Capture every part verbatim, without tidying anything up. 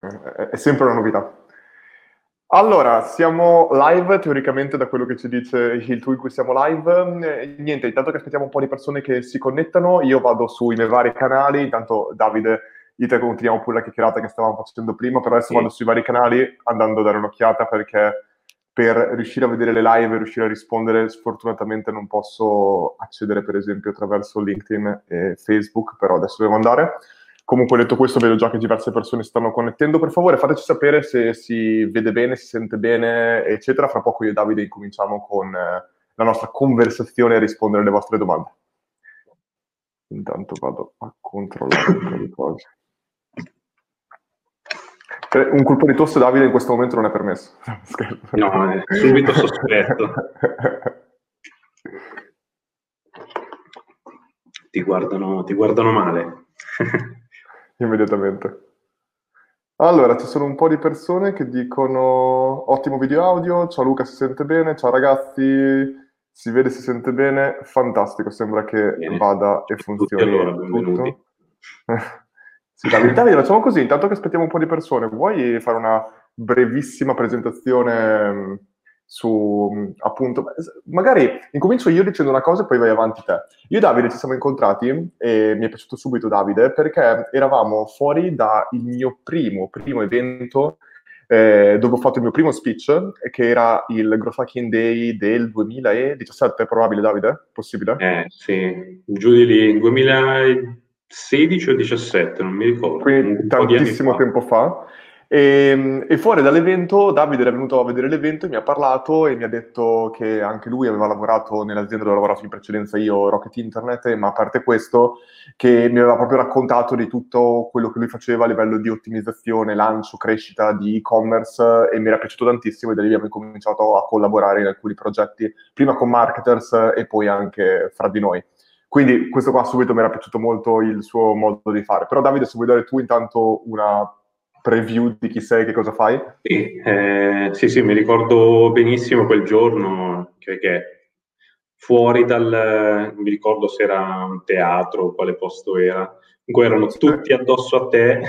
è, è sempre una novità. Allora, siamo live teoricamente da quello che ci dice il tool in cui siamo live. Eh, niente, intanto che aspettiamo un po' di persone che si connettano, io vado sui miei vari canali. Intanto, Davide, io e te continuiamo pure la chiacchierata che stavamo facendo prima, però adesso vado Sì. sui vari canali andando a dare un'occhiata perché per riuscire a vedere le live e riuscire a rispondere, sfortunatamente non posso accedere, per esempio, attraverso LinkedIn e Facebook, però adesso devo andare. Comunque, detto questo, vedo già che diverse persone si stanno connettendo. Per favore, fateci sapere se si vede bene, si sente bene, eccetera. Fra poco io e Davide incominciamo con eh, la nostra conversazione e rispondere alle vostre domande. Intanto vado a controllare un po' di cose. Eh, Un colpo di tosse, Davide, in questo momento non è permesso. Scherzo. No, è subito sospetto. Ti guardano, ti guardano male. Immediatamente. Allora, ci sono un po' di persone che dicono ottimo video audio, ciao Luca, si sente bene, ciao ragazzi, si vede, si sente bene, fantastico, sembra che Bene, vada e ciao a tutti allora, funzioni benvenuti. tutto. Sì, Davide, Davide, facciamo così, intanto che aspettiamo un po' di persone, vuoi fare una brevissima presentazione mh, su, mh, appunto, magari incomincio io dicendo una cosa e poi vai avanti te. Io e Davide ci siamo incontrati e mi è piaciuto subito Davide perché eravamo fuori dal mio primo, primo evento eh, dove ho fatto il mio primo speech, che era il Growth Hacking Day del duemiladiciassette, è probabile Davide? Possibile? Eh, sì, giù di lì, duemilasedici o diciassette, non mi ricordo, comunque Quindi un po' di anni tantissimo fa. tempo fa. E, e fuori dall'evento Davide era venuto a vedere l'evento e mi ha parlato e mi ha detto che anche lui aveva lavorato nell'azienda dove ho lavorato in precedenza io, Rocket Internet, ma a parte questo che mi aveva proprio raccontato di tutto quello che lui faceva a livello di ottimizzazione, lancio, crescita di e-commerce e mi era piaciuto tantissimo e da lì abbiamo cominciato a collaborare in alcuni progetti, prima con marketers e poi anche fra di noi. Quindi questo qua subito mi era piaciuto molto il suo modo di fare. Però Davide, se vuoi dare tu intanto una preview di chi sei, che cosa fai? Sì, eh, sì, sì, mi ricordo benissimo quel giorno che, che fuori dal, non mi ricordo se era un teatro o quale posto era, comunque erano Sì. tutti addosso a te,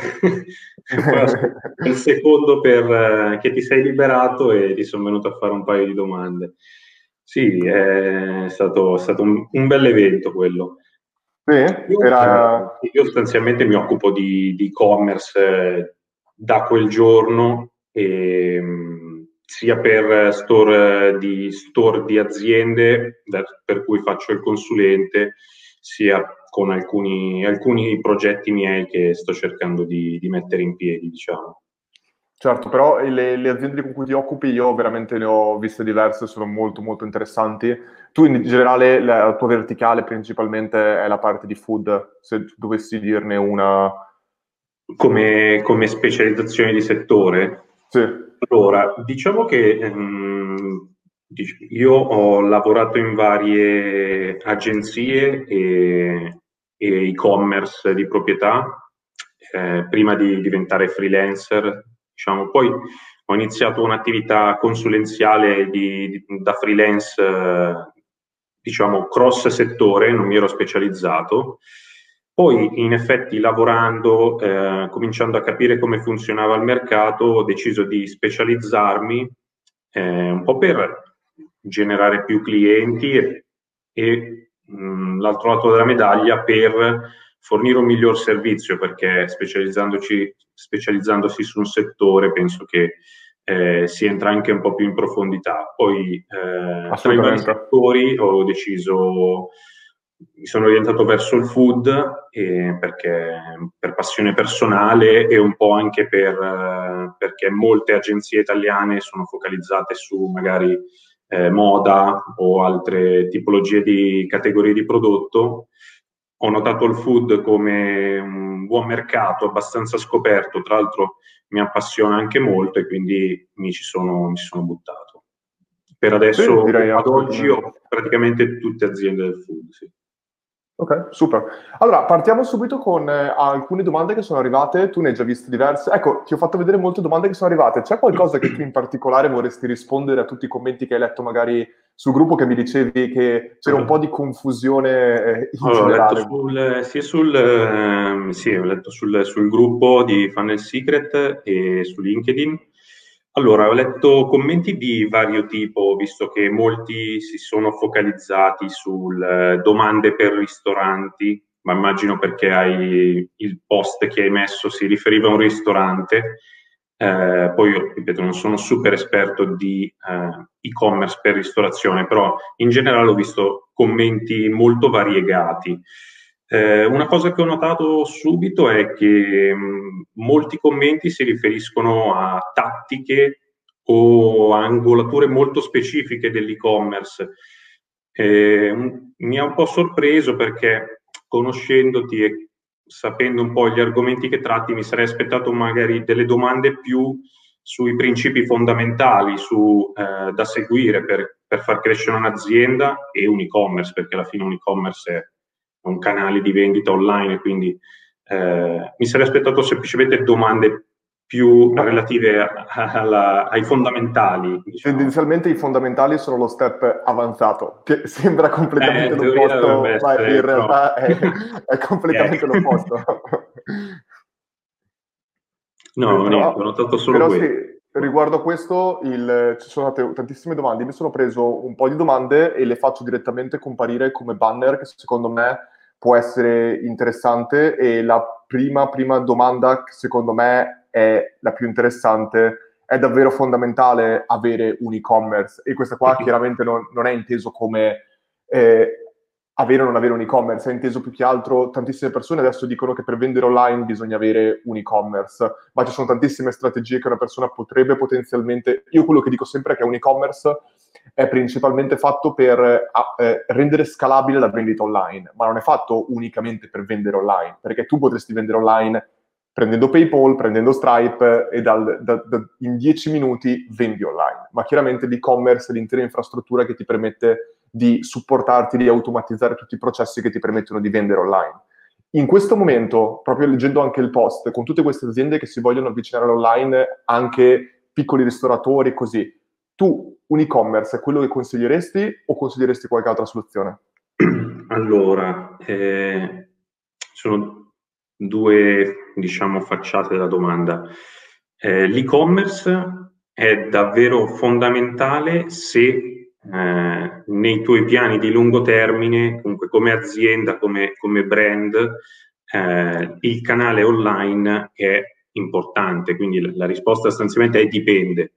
poi aspettavo il secondo per, eh, che ti sei liberato e ti sono venuto a fare un paio di domande. Sì, è stato, è stato un, un bel evento quello. Sì? Io, Era... eh, io sostanzialmente mi occupo di di e-commerce eh, da quel giorno, ehm, sia per store eh, di, store di aziende da- per cui faccio il consulente, sia con alcuni, alcuni progetti miei che sto cercando di, di mettere in piedi, diciamo. Certo, però le, le aziende con cui ti occupi io veramente ne ho viste diverse, sono molto molto interessanti. Tu in generale la tua verticale principalmente è la parte di food, se dovessi dirne una... Come, come specializzazione di settore, Sì, allora, diciamo che ehm, dic- io ho lavorato in varie agenzie e, e e-commerce di proprietà, eh, prima di diventare freelancer, diciamo. Poi ho iniziato un'attività consulenziale di- di- da freelance, eh, diciamo, cross settore, non mi ero specializzato. Poi, in effetti, lavorando, eh, cominciando a capire come funzionava il mercato, ho deciso di specializzarmi eh, un po' per generare più clienti e, e mh, l'altro lato della medaglia per fornire un miglior servizio, perché specializzandoci, specializzandosi su un settore penso che eh, si entra anche un po' più in profondità. Poi eh, tra i vari assolutamente. settori ho deciso, mi sono orientato verso il food eh, perché, per passione personale e un po' anche per, eh, perché molte agenzie italiane sono focalizzate su magari eh, moda o altre tipologie di categorie di prodotto. Ho notato il food come un buon mercato, abbastanza scoperto, tra l'altro mi appassiona anche molto e quindi mi ci sono, mi ci sono buttato. Per Sì, adesso, direi ad oggi, assolutamente. ho praticamente tutte aziende del food, sì. Ok, super. Allora, partiamo subito con eh, alcune domande che sono arrivate. Tu ne hai già viste diverse. Ecco, ti ho fatto vedere molte domande che sono arrivate. C'è qualcosa che tu in particolare vorresti rispondere a tutti i commenti che hai letto magari sul gruppo che mi dicevi che c'era un po' di confusione eh, in Allora, ho letto generale? sul, sia sul, ehm, sì, ho letto sul, sul gruppo di Funnel Secret e su LinkedIn. Allora, ho letto commenti di vario tipo, visto che molti si sono focalizzati sulle domande per ristoranti, ma immagino perché hai, il post che hai messo si riferiva a un ristorante. Eh, poi io, ripeto, non sono super esperto di eh, e-commerce per ristorazione, però in generale ho visto commenti molto variegati. Eh, una cosa che ho notato subito è che mh, molti commenti si riferiscono a tattiche o a angolature molto specifiche dell'e-commerce. Eh, un- mi ha un po' sorpreso perché conoscendoti e sapendo un po' gli argomenti che tratti, mi sarei aspettato magari delle domande più sui principi fondamentali su, eh, da seguire per, per far crescere un'azienda e un e-commerce, perché alla fine un e-commerce è un canale di vendita online, quindi eh, mi sarei aspettato semplicemente domande più Ma relative a- alla- ai fondamentali, diciamo. tendenzialmente i fondamentali sono lo step avanzato, che sembra Eh, completamente in teoria dovrebbe l'opposto, ma in essere, però, realtà è, è ecco. completamente l'opposto. Eh, No, niente, ho Però, notato solo però sì, questo. riguardo a questo il- ci sono state tantissime domande. Mi sono preso un po' di domande e le faccio direttamente comparire come banner, che secondo me può essere interessante. E la prima, prima domanda, che secondo me è la più interessante, è davvero fondamentale avere un e-commerce? E questa qua chiaramente non, non è inteso come eh, avere o non avere un e-commerce, è inteso più che altro, tantissime persone adesso dicono che per vendere online bisogna avere un e-commerce, ma ci sono tantissime strategie che una persona potrebbe potenzialmente... Io quello che dico sempre è che un e-commerce è principalmente fatto per eh, rendere scalabile la vendita online, ma non è fatto unicamente per vendere online, perché tu potresti vendere online prendendo PayPal, prendendo Stripe e dal, da, da, in dieci minuti vendi online. Ma chiaramente l'e-commerce è l'intera infrastruttura che ti permette di supportarti, di automatizzare tutti i processi che ti permettono di vendere online. In questo momento, proprio leggendo anche il post, con tutte queste aziende che si vogliono avvicinare all'online, anche piccoli ristoratori, così, tu un e-commerce è quello che consiglieresti o consiglieresti qualche altra soluzione? Allora, eh, sono due, diciamo, facciate della domanda. Eh, l'e-commerce è davvero fondamentale se eh, nei tuoi piani di lungo termine, comunque come azienda, come, come brand, eh, il canale online è importante. Quindi la, la risposta sostanzialmente è dipende.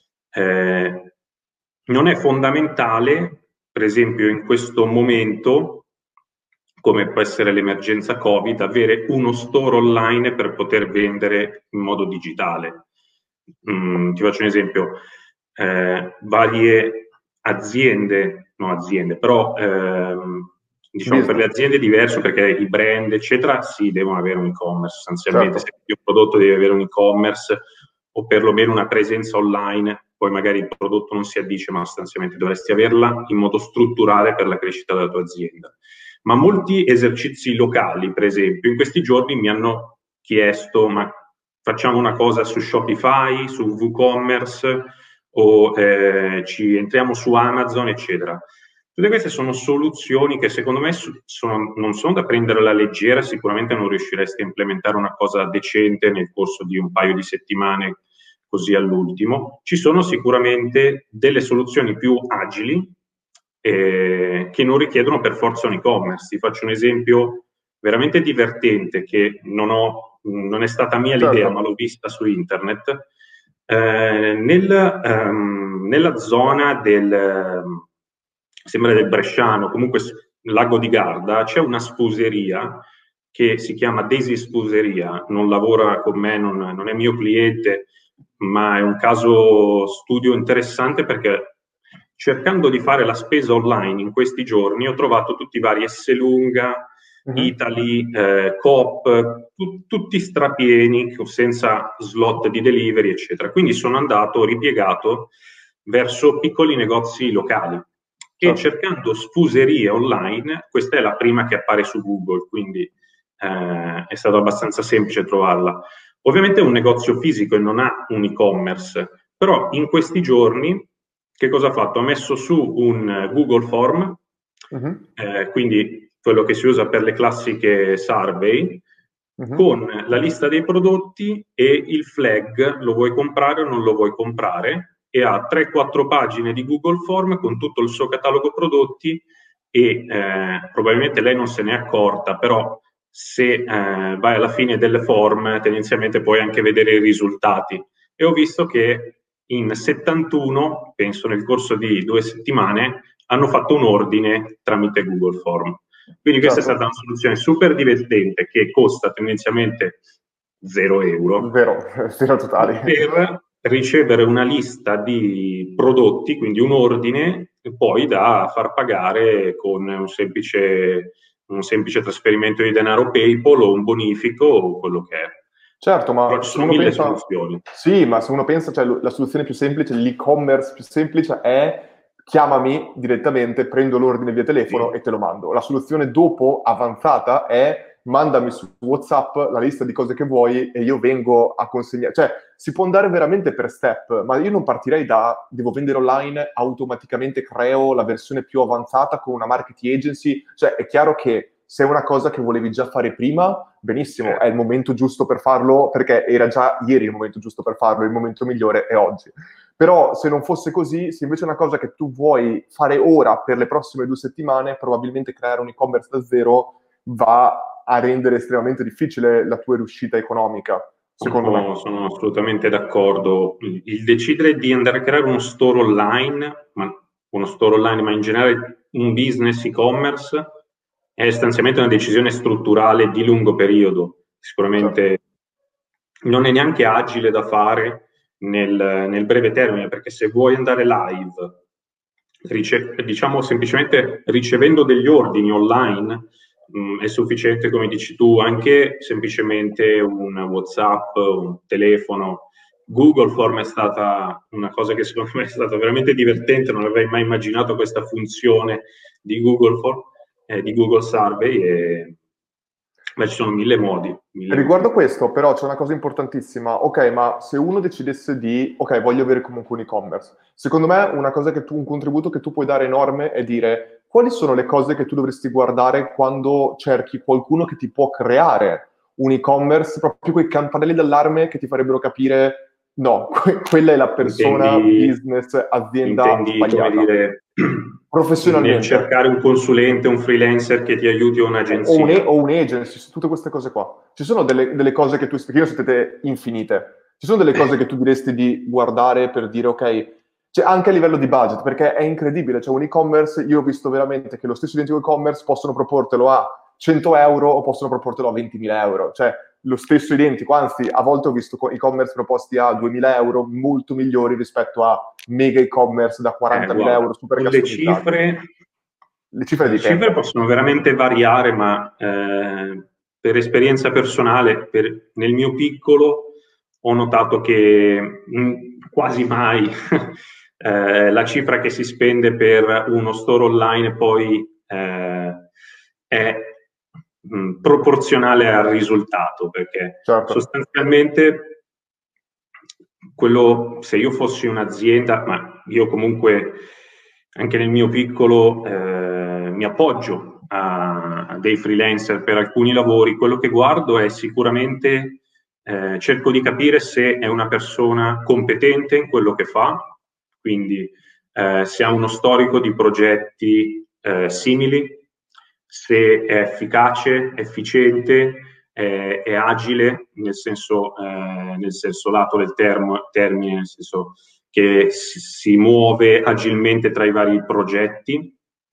Eh, non è fondamentale, per esempio, in questo momento, come può essere l'emergenza Covid, avere uno store online per poter vendere in modo digitale. Mm, ti faccio un esempio, eh, varie aziende, no aziende, però ehm, diciamo per le Business, aziende è diverso perché i brand, eccetera, sì, devono avere un e-commerce. Sostanzialmente, se certo. il prodotto deve avere un e-commerce o perlomeno una presenza online, poi magari il prodotto non si addice, ma sostanzialmente dovresti averla in modo strutturale per la crescita della tua azienda. Ma molti esercizi locali, per esempio, in questi giorni mi hanno chiesto, ma facciamo una cosa su Shopify, su WooCommerce o eh, ci entriamo su Amazon, eccetera. Tutte queste sono soluzioni che secondo me sono, non sono da prendere alla leggera, sicuramente non riusciresti a implementare una cosa decente nel corso di un paio di settimane così all'ultimo. Ci sono sicuramente delle soluzioni più agili eh, che non richiedono per forza un e-commerce. Ti faccio un esempio veramente divertente che non, ho, non è stata mia l'idea, ma Certo. l'ho vista su internet. Eh, nel, um, nella zona del, sembra del Bresciano, comunque Lago di Garda, c'è una spuseria che si chiama Daisy Spuseria, non lavora con me, non, non è mio cliente, ma è un caso studio interessante perché cercando di fare la spesa online in questi giorni ho trovato tutti i vari Esselunga, Mhm. Italy, eh, Coop, tu, tutti strapieni, senza slot di delivery, eccetera. Quindi sono andato ripiegato verso piccoli negozi locali e certo. cercando sfuserie online, questa è la prima che appare su Google, quindi eh, è stato abbastanza semplice trovarla. Ovviamente è un negozio fisico e non ha un e-commerce, però in questi giorni che cosa ha fatto? Ha messo su un Google Form, Mhm, eh, quindi quello che si usa per le classiche survey, mhm. con la lista dei prodotti e il flag, lo vuoi comprare o non lo vuoi comprare, e ha tre quattro pagine di Google Form con tutto il suo catalogo prodotti e eh, probabilmente lei non se n'è accorta, però se eh, vai alla fine del form tendenzialmente puoi anche vedere i risultati. E ho visto che in settantuno, penso nel corso di due settimane, hanno fatto un ordine tramite Google Form. Quindi questa è stata Certo, una soluzione super divertente che costa tendenzialmente zero euro vero, zero totali. per ricevere una lista di prodotti, quindi un ordine, poi da far pagare con un semplice, un semplice trasferimento di denaro PayPal o un bonifico o quello che è. Certo, Però ma ci se sono uno mille pensa, soluzioni. sì, ma se uno pensa, cioè l- la soluzione più semplice, l'e-commerce più semplice è chiamami direttamente, prendo l'ordine via telefono Sì. e te lo mando. La soluzione dopo avanzata è mandami su WhatsApp la lista di cose che vuoi e io vengo a consegnare. Cioè, si può andare veramente per step, ma io non partirei da devo vendere online, automaticamente creo la versione più avanzata con una marketing agency. Cioè, è chiaro che se è una cosa che volevi già fare prima, benissimo, è il Certo. momento giusto per farlo, perché era già ieri il momento giusto per farlo, il momento migliore è oggi. Però se non fosse così, se invece è una cosa che tu vuoi fare ora per le prossime due settimane, probabilmente creare un e-commerce da zero va a rendere estremamente difficile la tua riuscita economica, secondo Sono, me. sono assolutamente d'accordo. Il, il decidere di andare a creare uno store online, ma uno store online, ma in generale un business e-commerce, è sostanzialmente una decisione strutturale di lungo periodo. Certo. Sicuramente non è neanche agile da fare nel, nel breve termine, perché se vuoi andare live, rice- diciamo semplicemente ricevendo degli ordini online, mh, è sufficiente, come dici tu, anche semplicemente un WhatsApp, un telefono. Google Form è stata una cosa che secondo me è stata veramente divertente, non avrei mai immaginato questa funzione di Google Form, eh, di Google Survey, e ma ci sono mille modi, mille modi. Riguardo questo, però, c'è una cosa importantissima. Ok, ma se uno decidesse di, ok, voglio avere comunque un e-commerce, secondo me una cosa che tu, un contributo che tu puoi dare enorme è dire quali sono le cose che tu dovresti guardare quando cerchi qualcuno che ti può creare un e-commerce, proprio quei campanelli d'allarme che ti farebbero capire no, que- quella è la persona, Intendi, business, azienda intendi, come sbagliata. dire, nel Professionalmente. cercare un consulente, un freelancer che ti aiuti o O un, un'agenzia? o un agency, tutte queste cose qua. Ci sono delle, delle cose che tu, perché io siete infinite, ci sono delle cose che tu diresti di guardare per dire ok, cioè anche a livello di budget, perché è incredibile, cioè un e-commerce, io ho visto veramente che lo stesso identico e-commerce possono proportelo a cento euro o possono proportelo a ventimila euro, cioè lo stesso identico, anzi a volte ho visto co- e-commerce proposti a duemila euro molto migliori rispetto a mega e-commerce da Eh, quarantamila guarda, euro super con le customizzati. cifre, Le cifre le cifre dipendono. possono veramente variare, ma eh, per esperienza personale, per- nel mio piccolo, ho notato che mh, quasi mai eh, la cifra che si spende per uno store online poi eh, è mh, proporzionale al risultato, perché Certo. sostanzialmente quello, se io fossi un'azienda, ma io comunque anche nel mio piccolo eh, mi appoggio a, a dei freelancer per alcuni lavori, quello che guardo è sicuramente, eh, cerco di capire se è una persona competente in quello che fa, quindi eh, se ha uno storico di progetti eh, simili, se è efficace, efficiente, eh, è agile nel senso, eh, nel senso lato del termo, termine, nel senso che si, si muove agilmente tra i vari progetti,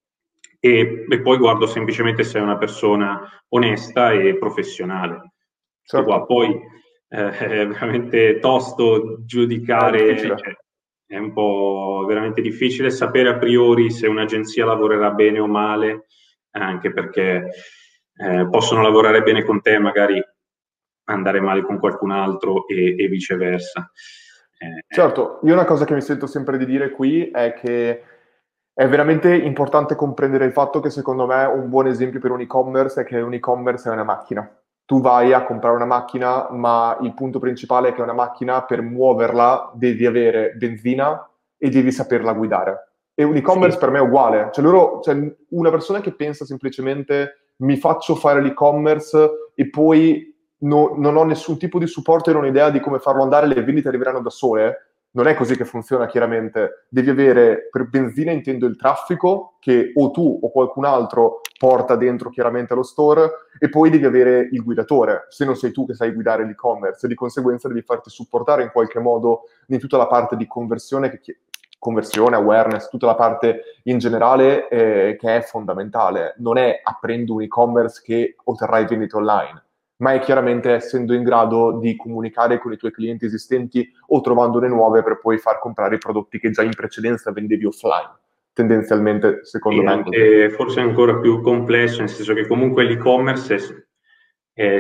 e, e poi guardo semplicemente se è una persona onesta e professionale. Tutto qua. Certo, Poi eh, è veramente tosto è giudicare, difficile. cioè, è un po' veramente difficile sapere a priori se un'agenzia lavorerà bene o male, anche perché eh, possono lavorare bene con te, magari andare male con qualcun altro e, e viceversa. Eh, Certo, io una cosa che mi sento sempre di dire qui è che È veramente importante comprendere il fatto che secondo me un buon esempio per un e-commerce è che un e-commerce è una macchina. Tu vai a comprare una macchina, ma il punto principale è che una macchina per muoverla devi avere benzina e devi saperla guidare. E un e-commerce Sì, per me è uguale. Cioè, loro, cioè, una persona che pensa semplicemente mi faccio fare l'e-commerce e poi no- non ho nessun tipo di supporto e non ho idea di come farlo andare, le vendite arriveranno da sole. Non è così che funziona, chiaramente. Devi avere, per benzina intendo il traffico, che o tu o qualcun altro porta dentro chiaramente allo store, e poi devi avere il guidatore, se non sei tu che sai guidare l'e-commerce, e di conseguenza devi farti supportare in qualche modo in tutta la parte di conversione, che, conversione, awareness, tutta la parte in generale eh, che è fondamentale. Non è aprendo un e-commerce che otterrai vendite online, ma è chiaramente essendo in grado di comunicare con i tuoi clienti esistenti o trovandone nuove per poi far comprare i prodotti che già in precedenza vendevi offline. Tendenzialmente, secondo sì, me è così. anche forse ancora più complesso, nel senso che comunque l'e-commerce è, è-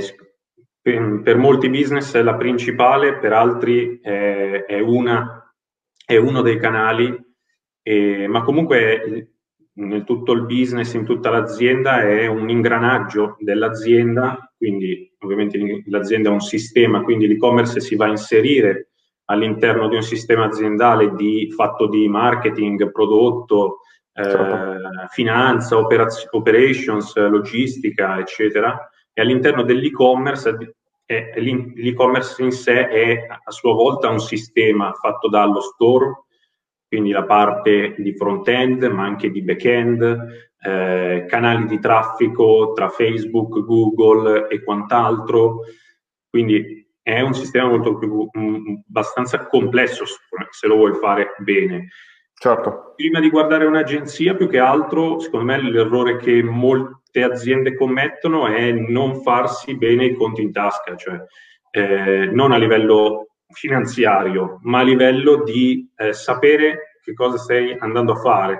per, per molti business è la principale, per altri è, è una, è uno dei canali, e- ma comunque nel tutto il business, in tutta l'azienda è un ingranaggio dell'azienda, quindi ovviamente l'azienda è un sistema, quindi l'e-commerce si va a inserire all'interno di un sistema aziendale di, fatto di marketing, prodotto, Certo, eh, finanza, operaz- operations, logistica, eccetera. E all'interno dell'e-commerce, eh, l'e-commerce in sé è a sua volta un sistema fatto dallo store, quindi la parte di front-end, ma anche di back-end, eh, canali di traffico tra Facebook, Google e quant'altro. Quindi è un sistema molto più, mh, abbastanza complesso se lo vuoi fare bene. certo. Prima di guardare un'agenzia, più che altro, secondo me l'errore che molte aziende commettono è non farsi bene i conti in tasca, cioè eh, non a livello finanziario, ma a livello di eh, sapere che cosa stai andando a fare,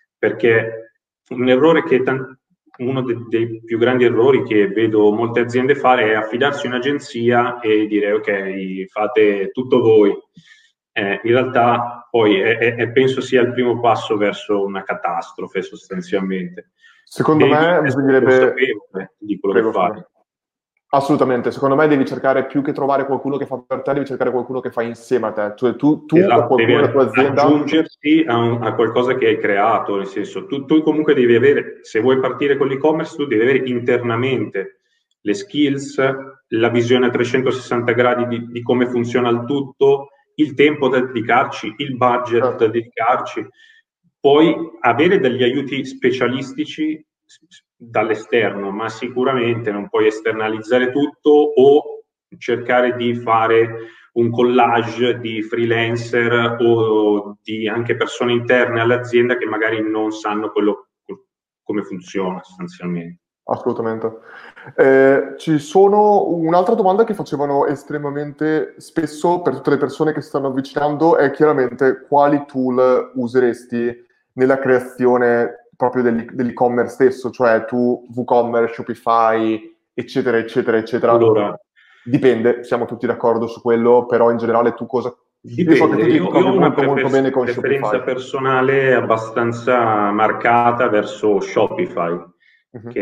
perché un errore che tan- uno de- dei più grandi errori che vedo molte aziende fare è affidarsi a un'agenzia e dire ok, fate tutto voi. Eh, in realtà poi è, è- è- penso sia il primo passo verso una catastrofe sostanzialmente. Secondo Devi me essere bisognerebbe... consapevole di quello che Prego, fai. scusa. Assolutamente, secondo me devi cercare più che trovare qualcuno che fa per te, devi cercare qualcuno che fa insieme a te, cioè tu, tu o Esatto, devi qualcuno della tua azienda. aggiungersi a, un- a qualcosa che hai creato, nel senso, tu, tu comunque devi avere, se vuoi partire con l'e-commerce, tu devi avere internamente le skills, la visione a trecentosessanta gradi di, di come funziona il tutto, il tempo da dedicarci, il budget da Certo. dedicarci, puoi avere degli aiuti specialistici dall'esterno, ma sicuramente non puoi esternalizzare tutto o cercare di fare un collage di freelancer o di anche persone interne all'azienda che magari non sanno quello, come funziona sostanzialmente. Assolutamente. Eh, ci sono un'altra domanda che facevano estremamente spesso per tutte le persone che si stanno avvicinando è chiaramente quali tool useresti nella creazione proprio dell'e- dell'e-commerce stesso, cioè tu WooCommerce, Shopify, eccetera, eccetera, eccetera. Allora, Dipende, siamo tutti d'accordo su quello, però in generale tu cosa... Io so che dipende, tu ti io, io trovi ho una molto molto prefer- bene con preferenza Shopify. personale abbastanza marcata verso Shopify, Mhm.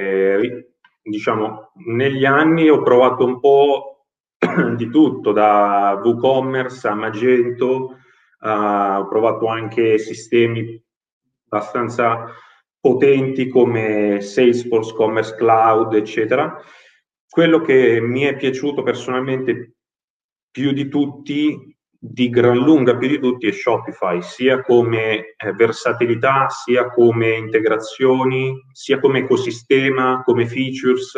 che diciamo negli anni ho provato un po' di tutto, da WooCommerce a Magento, eh, ho provato anche sistemi abbastanza potenti come Salesforce, Commerce Cloud, eccetera. Quello che mi è piaciuto personalmente più di tutti, di gran lunga più di tutti, è Shopify, sia come eh, versatilità, sia come integrazioni, sia come ecosistema, come features.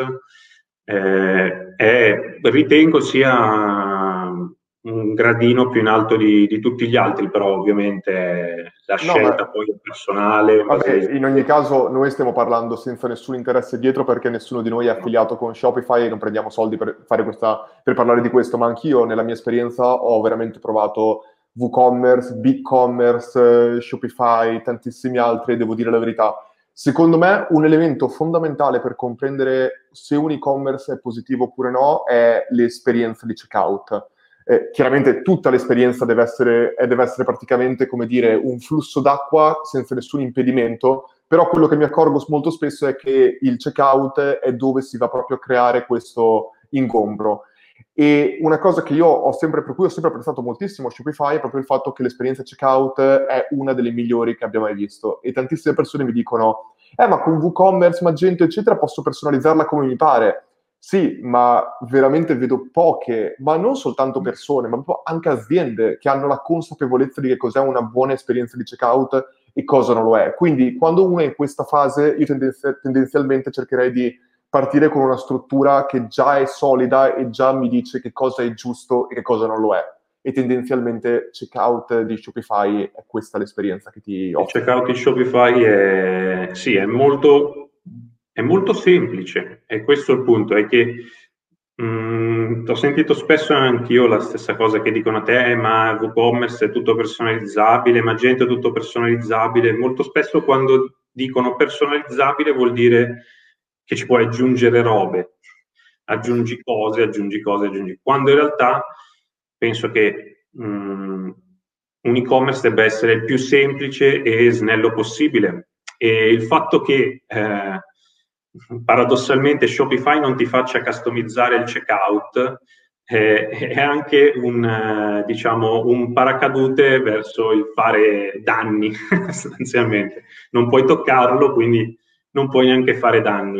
Eh, è- ritengo sia un gradino più in alto di, di tutti gli altri, però ovviamente la No, ma scelta poi è personale, in base ai... vabbè, in ogni caso noi stiamo parlando senza nessun interesse dietro perché nessuno di noi è affiliato con Shopify e non prendiamo soldi per fare questa, per parlare di questo, ma anch'io nella mia esperienza ho veramente provato WooCommerce, BigCommerce, eh, Shopify, tantissimi altri, e devo dire la verità. Secondo me un elemento fondamentale per comprendere se un e-commerce è positivo oppure no è l'esperienza di checkout. Eh, chiaramente tutta l'esperienza deve essere, eh, deve essere praticamente, come dire, un flusso d'acqua senza nessun impedimento, però quello che mi accorgo molto spesso è che il checkout è dove si va proprio a creare questo ingombro. E una cosa che io ho sempre, per cui ho sempre apprezzato moltissimo Shopify è proprio il fatto che l'esperienza checkout è una delle migliori che abbia mai visto. E tantissime persone mi dicono, eh, ma con WooCommerce, Magento, eccetera, posso personalizzarla come mi pare. Sì, ma veramente vedo poche, ma non soltanto persone, ma proprio anche aziende che hanno la consapevolezza di che cos'è una buona esperienza di checkout e cosa non lo è. Quindi quando uno è in questa fase, io tendenzi- tendenzialmente cercherei di partire con una struttura che già è solida e già mi dice che cosa è giusto e che cosa non lo è. E tendenzialmente checkout di Shopify è questa l'esperienza che ti Il offre. checkout di Shopify è, sì, è molto, è molto semplice, e questo è il punto, è che mh, ho sentito spesso anch'io la stessa cosa che dicono a te, "Eh, ma WooCommerce è tutto personalizzabile, Magento è tutto personalizzabile." Molto spesso quando dicono personalizzabile vuol dire che ci puoi aggiungere robe, aggiungi cose, aggiungi cose, aggiungi... Quando in realtà penso che mh, un e-commerce debba essere il più semplice e snello possibile. E il fatto che eh, paradossalmente Shopify non ti faccia customizzare il checkout eh, è anche un, eh, diciamo, un paracadute verso il fare danni, sostanzialmente. Non puoi toccarlo, quindi non puoi neanche fare danni.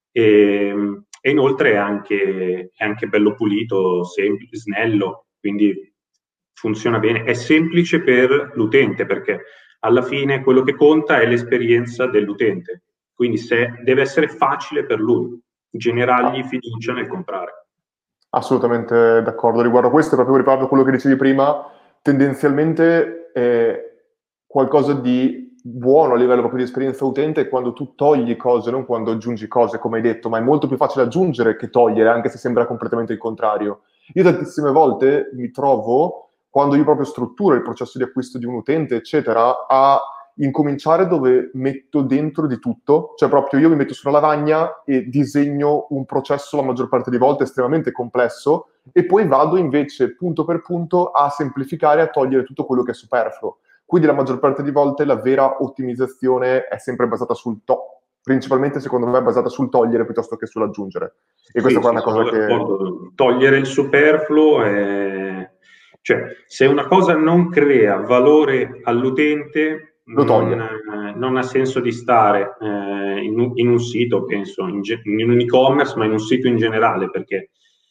E, e inoltre è anche, è anche bello pulito, semplice, snello, quindi funziona bene. È semplice per l'utente perché alla fine quello che conta è l'esperienza dell'utente, quindi se deve essere facile per lui, generargli Ah, fiducia nel comprare. assolutamente d'accordo riguardo a questo, e proprio riguardo a quello che dicevi prima, tendenzialmente è qualcosa di buono a livello proprio di esperienza utente è quando tu togli cose, non quando aggiungi cose, come hai detto, ma è molto più facile aggiungere che togliere, anche se sembra completamente il contrario. Io tantissime volte mi trovo, quando io proprio strutturo il processo di acquisto di un utente, eccetera, a incominciare dove metto dentro di tutto, cioè proprio io mi metto sulla lavagna e disegno un processo la maggior parte delle volte estremamente complesso e poi vado invece punto per punto a semplificare, a togliere tutto quello che è superfluo. Quindi la maggior parte di volte la vera ottimizzazione è sempre basata sul to, principalmente secondo me è basata sul togliere piuttosto che sull'aggiungere. E questa Sì, qua è sì, una sono cosa che d'accordo. Togliere il superfluo è... Cioè, se una cosa non crea valore all'utente, lo non, toglie. eh, non ha senso di stare eh, in, un, in un sito, penso, in, ge- in un e-commerce, ma in un sito in generale, perché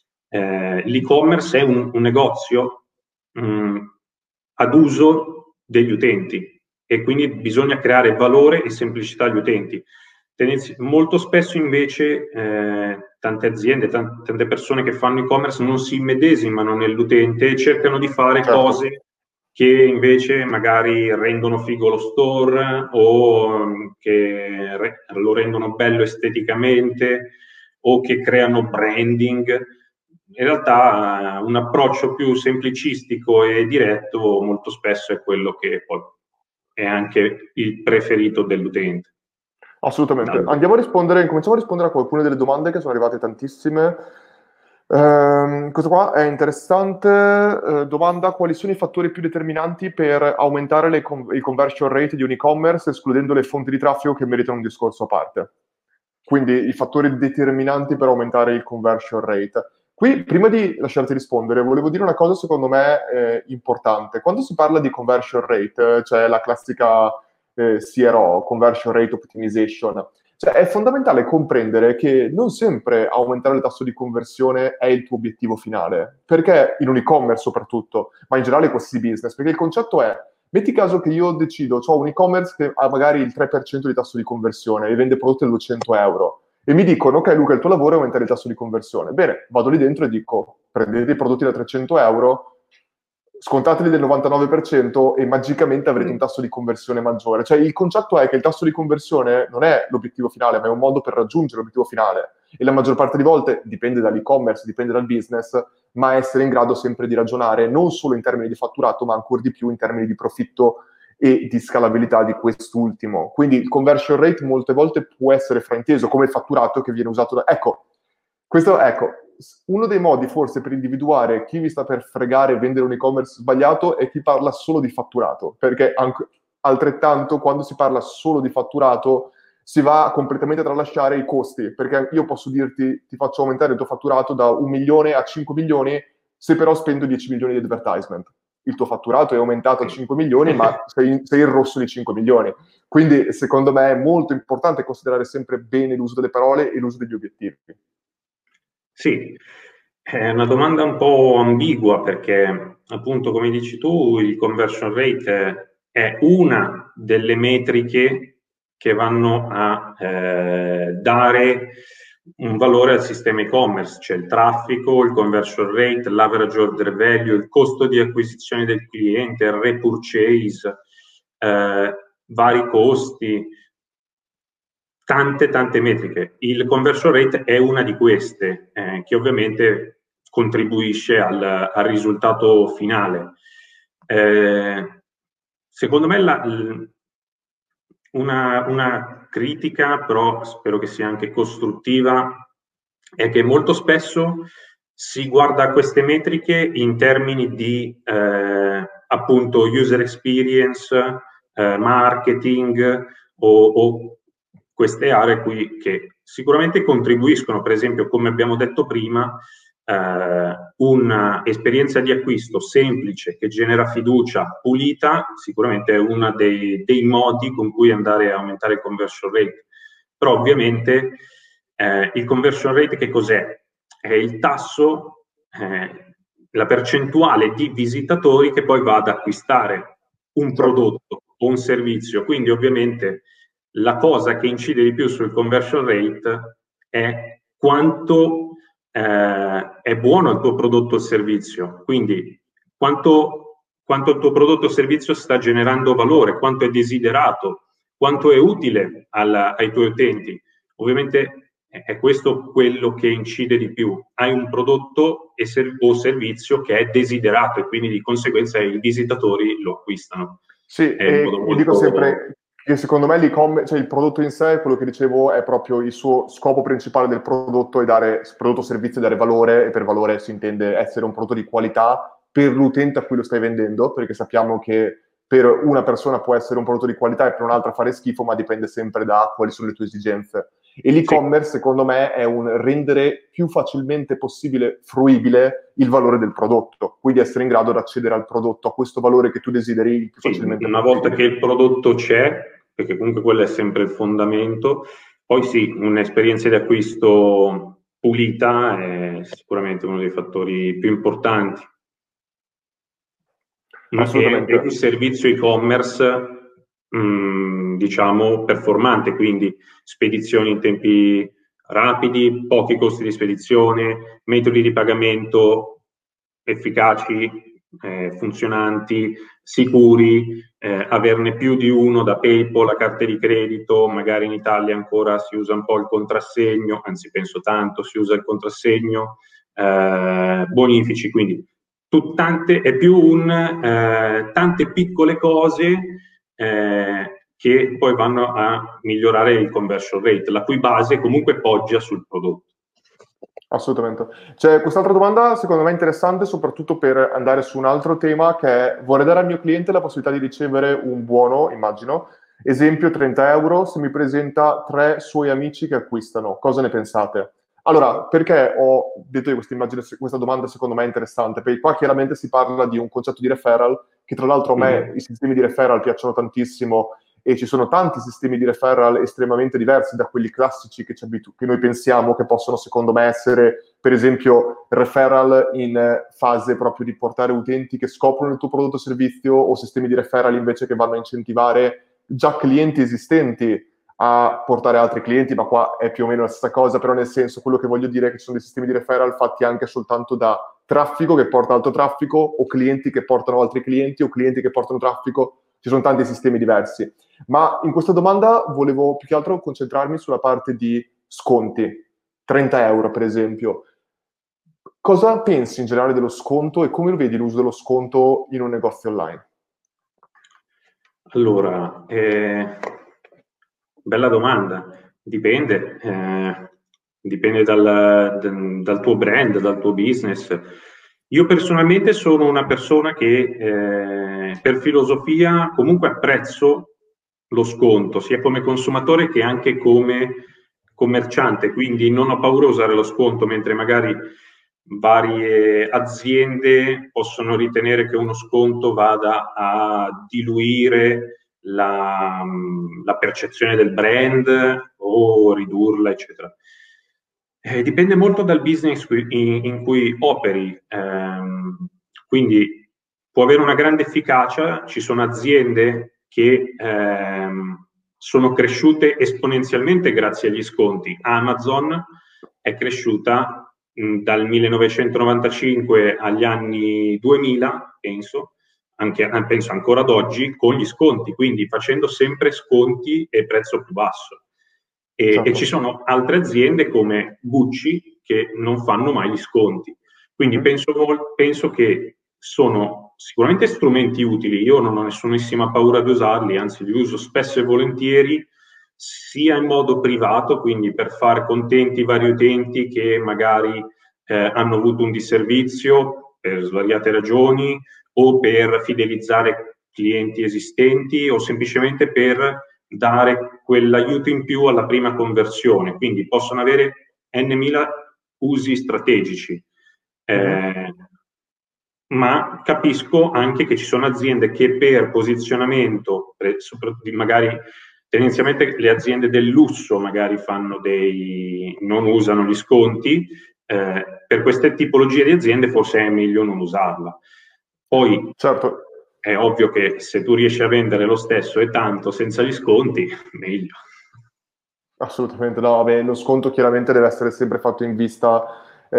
eh, l'e-commerce è un, un negozio mh, ad uso degli utenti e quindi bisogna creare valore e semplicità agli utenti. Tendenzi- molto spesso invece eh, tante aziende, tante, tante persone che fanno e-commerce non si immedesimano nell'utente e cercano di fare Certo. cose che invece magari rendono figo lo store o um, che re- lo rendono bello esteticamente o che creano branding. In realtà eh, un approccio più semplicistico e diretto molto spesso è quello che poi è anche il preferito dell'utente. Assolutamente. Dal- Andiamo a rispondere, cominciamo a rispondere a alcune delle domande che sono arrivate tantissime. Ehm, questo qua è interessante. Eh, domanda: quali sono i fattori più determinanti per aumentare le con- il conversion rate di un e-commerce, escludendo le fonti di traffico che meritano un discorso a parte? Quindi i fattori determinanti per aumentare il conversion rate. Qui, prima di lasciarti rispondere, volevo dire una cosa secondo me eh, importante. Quando si parla di conversion rate, eh, cioè la classica eh, C R O, Conversion Rate Optimization, cioè è fondamentale comprendere che non sempre aumentare il tasso di conversione è il tuo obiettivo finale, perché in un e-commerce soprattutto, ma in generale in qualsiasi business, perché il concetto è, metti caso che io decido, ho un e-commerce che ha magari il tre per cento di tasso di conversione e vende prodotti a duecento euro, e mi dicono, ok Luca, il tuo lavoro è aumentare il tasso di conversione. Bene, vado lì dentro e dico, prendete i prodotti da trecento euro, scontateli del novantanove per cento e magicamente avrete un Mm. tasso di conversione maggiore. Cioè il concetto è che il tasso di conversione non è l'obiettivo finale, ma è un modo per raggiungere l'obiettivo finale. E la maggior parte di volte dipende dall'e-commerce, dipende dal business, ma essere in grado sempre di ragionare non solo in termini di fatturato, ma ancora di più in termini di profitto e di scalabilità di quest'ultimo. Quindi il conversion rate molte volte può essere frainteso come il fatturato che viene usato da... Ecco, questo, ecco, uno dei modi forse per individuare chi vi sta per fregare e vendere un e-commerce sbagliato è chi parla solo di fatturato, perché anche, altrettanto quando si parla solo di fatturato si va completamente a tralasciare i costi, perché io posso dirti ti faccio aumentare il tuo fatturato da un milione a cinque milioni se però spendo dieci milioni di advertisement. Il tuo fatturato è aumentato a Sì. cinque milioni, ma sei, sei in rosso di cinque milioni. Quindi, secondo me, è molto importante considerare sempre bene l'uso delle parole e l'uso degli obiettivi. Sì, è una domanda un po' ambigua perché, appunto, come dici tu, il conversion rate è una delle metriche che vanno a eh, dare un valore al sistema e-commerce, c'è il traffico, il conversion rate, l'average order value, il costo di acquisizione del cliente, il repurchase, eh, vari costi, tante tante metriche. Il conversion rate è una di queste, eh, che ovviamente contribuisce al, al risultato finale. Eh, secondo me la, una, una critica, però spero che sia anche costruttiva, è che molto spesso si guarda queste metriche in termini di eh, appunto user experience, eh, marketing o, o queste aree qui che sicuramente contribuiscono, per esempio, come abbiamo detto prima, eh, un'esperienza di acquisto semplice che genera fiducia, pulita, sicuramente è uno dei, dei modi con cui andare a aumentare il conversion rate. Però ovviamente eh, il conversion rate che cos'è? È il tasso, eh, la percentuale di visitatori che poi va ad acquistare un Certo. prodotto o un servizio. Quindi ovviamente la cosa che incide di più sul conversion rate è quanto eh, è buono il tuo prodotto o servizio, quindi quanto, quanto il tuo prodotto o servizio sta generando valore, quanto è desiderato, quanto è utile alla, ai tuoi utenti. Ovviamente è questo quello che incide di più. Hai un prodotto e ser- o servizio che è desiderato e quindi di conseguenza i visitatori lo acquistano. Sì, È in modo e io dico molto... sempre che secondo me l'e-commerce, cioè il prodotto in sé, quello che dicevo, è proprio il suo scopo principale del prodotto, è dare prodotto o servizio, dare valore, e per valore si intende essere un prodotto di qualità per l'utente a cui lo stai vendendo, perché sappiamo che per una persona può essere un prodotto di qualità e per un'altra fare schifo, ma dipende sempre da quali sono le tue esigenze. E Sì, l'e-commerce, secondo me, è un rendere più facilmente possibile fruibile il valore del prodotto, quindi essere in grado di accedere al prodotto a questo valore che tu desideri il più sì, facilmente una volta che possibile. il prodotto c'è, perché comunque quello è sempre il fondamento, poi sì, un'esperienza di acquisto pulita è sicuramente uno dei fattori più importanti. Mm, e, e un Assolutamente. servizio e-commerce, mh, diciamo, performante, quindi spedizioni in tempi rapidi, pochi costi di spedizione, metodi di pagamento efficaci, eh, funzionanti, sicuri, eh, averne più di uno da PayPal, a carte di credito, magari in Italia ancora si usa un po' il contrassegno, anzi penso tanto, si usa il contrassegno, eh, bonifici, quindi tu, tante, è più un eh, tante piccole cose eh, che poi vanno a migliorare il conversion rate, la cui base comunque poggia sul prodotto. Assolutamente. C'è quest'altra domanda, secondo me interessante, soprattutto per andare su un altro tema, che è vorrei dare al mio cliente la possibilità di ricevere un buono, immagino, esempio trenta euro, se mi presenta tre suoi amici che acquistano. Cosa ne pensate? Allora, perché ho detto che questa, immagine, questa domanda secondo me è interessante? Perché qua chiaramente si parla di un concetto di referral, che tra l'altro a me Mm-hmm. i sistemi di referral piacciono tantissimo e ci sono tanti sistemi di referral estremamente diversi da quelli classici che, ci abitu- che noi pensiamo che possono, secondo me, essere, per esempio, referral in fase proprio di portare utenti che scoprono il tuo prodotto o servizio o sistemi di referral invece che vanno a incentivare già clienti esistenti a portare altri clienti, ma qua è più o meno la stessa cosa, però nel senso quello che voglio dire è che ci sono dei sistemi di referral fatti anche soltanto da traffico che porta altro traffico o clienti che portano altri clienti o clienti che portano traffico, ci sono tanti sistemi diversi. Ma in questa domanda volevo più che altro concentrarmi sulla parte di sconti, trenta euro per esempio. Cosa pensi in generale dello sconto e come lo vedi l'uso dello sconto in un negozio online? Allora, eh, bella domanda. Dipende. Eh, dipende dal, dal- dal tuo brand, dal tuo business. Io personalmente sono una persona che eh, per filosofia comunque apprezzo lo sconto, sia come consumatore che anche come commerciante, quindi non ho paura a usare lo sconto, mentre magari varie aziende possono ritenere che uno sconto vada a diluire la, la percezione del brand o ridurla, eccetera. Eh, dipende molto dal business qui- in, in cui operi, ehm, quindi può avere una grande efficacia. Ci sono aziende che ehm, sono cresciute esponenzialmente grazie agli sconti. Amazon è cresciuta mh, dal millenovecentonovantacinque agli anni duemila, penso, anche, eh, penso ancora ad oggi, con gli sconti, quindi facendo sempre sconti e prezzo più basso. E, e ci Certo. sono altre aziende come Gucci che non fanno mai gli sconti. Quindi Mhm. penso, penso che sono sicuramente strumenti utili, io non ho nessunissima paura di usarli, anzi li uso spesso e volentieri, sia in modo privato, quindi per far contenti i vari utenti che magari eh, hanno avuto un disservizio per svariate ragioni, o per fidelizzare clienti esistenti, o semplicemente per dare quell'aiuto in più alla prima conversione. Quindi possono avere n mila usi strategici. Mhm. Eh, ma capisco anche che ci sono aziende che per posizionamento, magari tendenzialmente le aziende del lusso magari fanno dei, non usano gli sconti, eh, per queste tipologie di aziende forse è meglio non usarla. Poi Certo. è ovvio che se tu riesci a vendere lo stesso e tanto senza gli sconti, meglio. Assolutamente no, vabbè, lo sconto chiaramente deve essere sempre fatto in vista,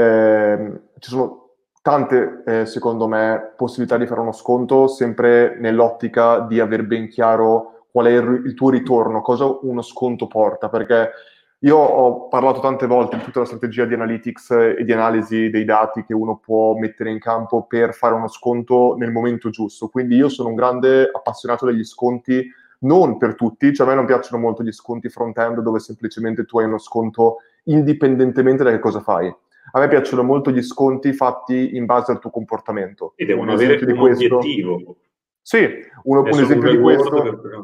ehm, ci sono tante, eh, secondo me, possibilità di fare uno sconto, sempre nell'ottica di aver ben chiaro qual è il, ri- il tuo ritorno, cosa uno sconto porta, perché io ho parlato tante volte di tutta la strategia di analytics e di analisi dei dati che uno può mettere in campo per fare uno sconto nel momento giusto, quindi io sono un grande appassionato degli sconti non per tutti, cioè a me non piacciono molto gli sconti front-end dove semplicemente tu hai uno sconto indipendentemente da che cosa fai. A me piacciono molto gli sconti fatti in base al tuo comportamento. E Un devono avere esempio di un questo, obiettivo. sì, uno- È un solo un esempio di reward questo per...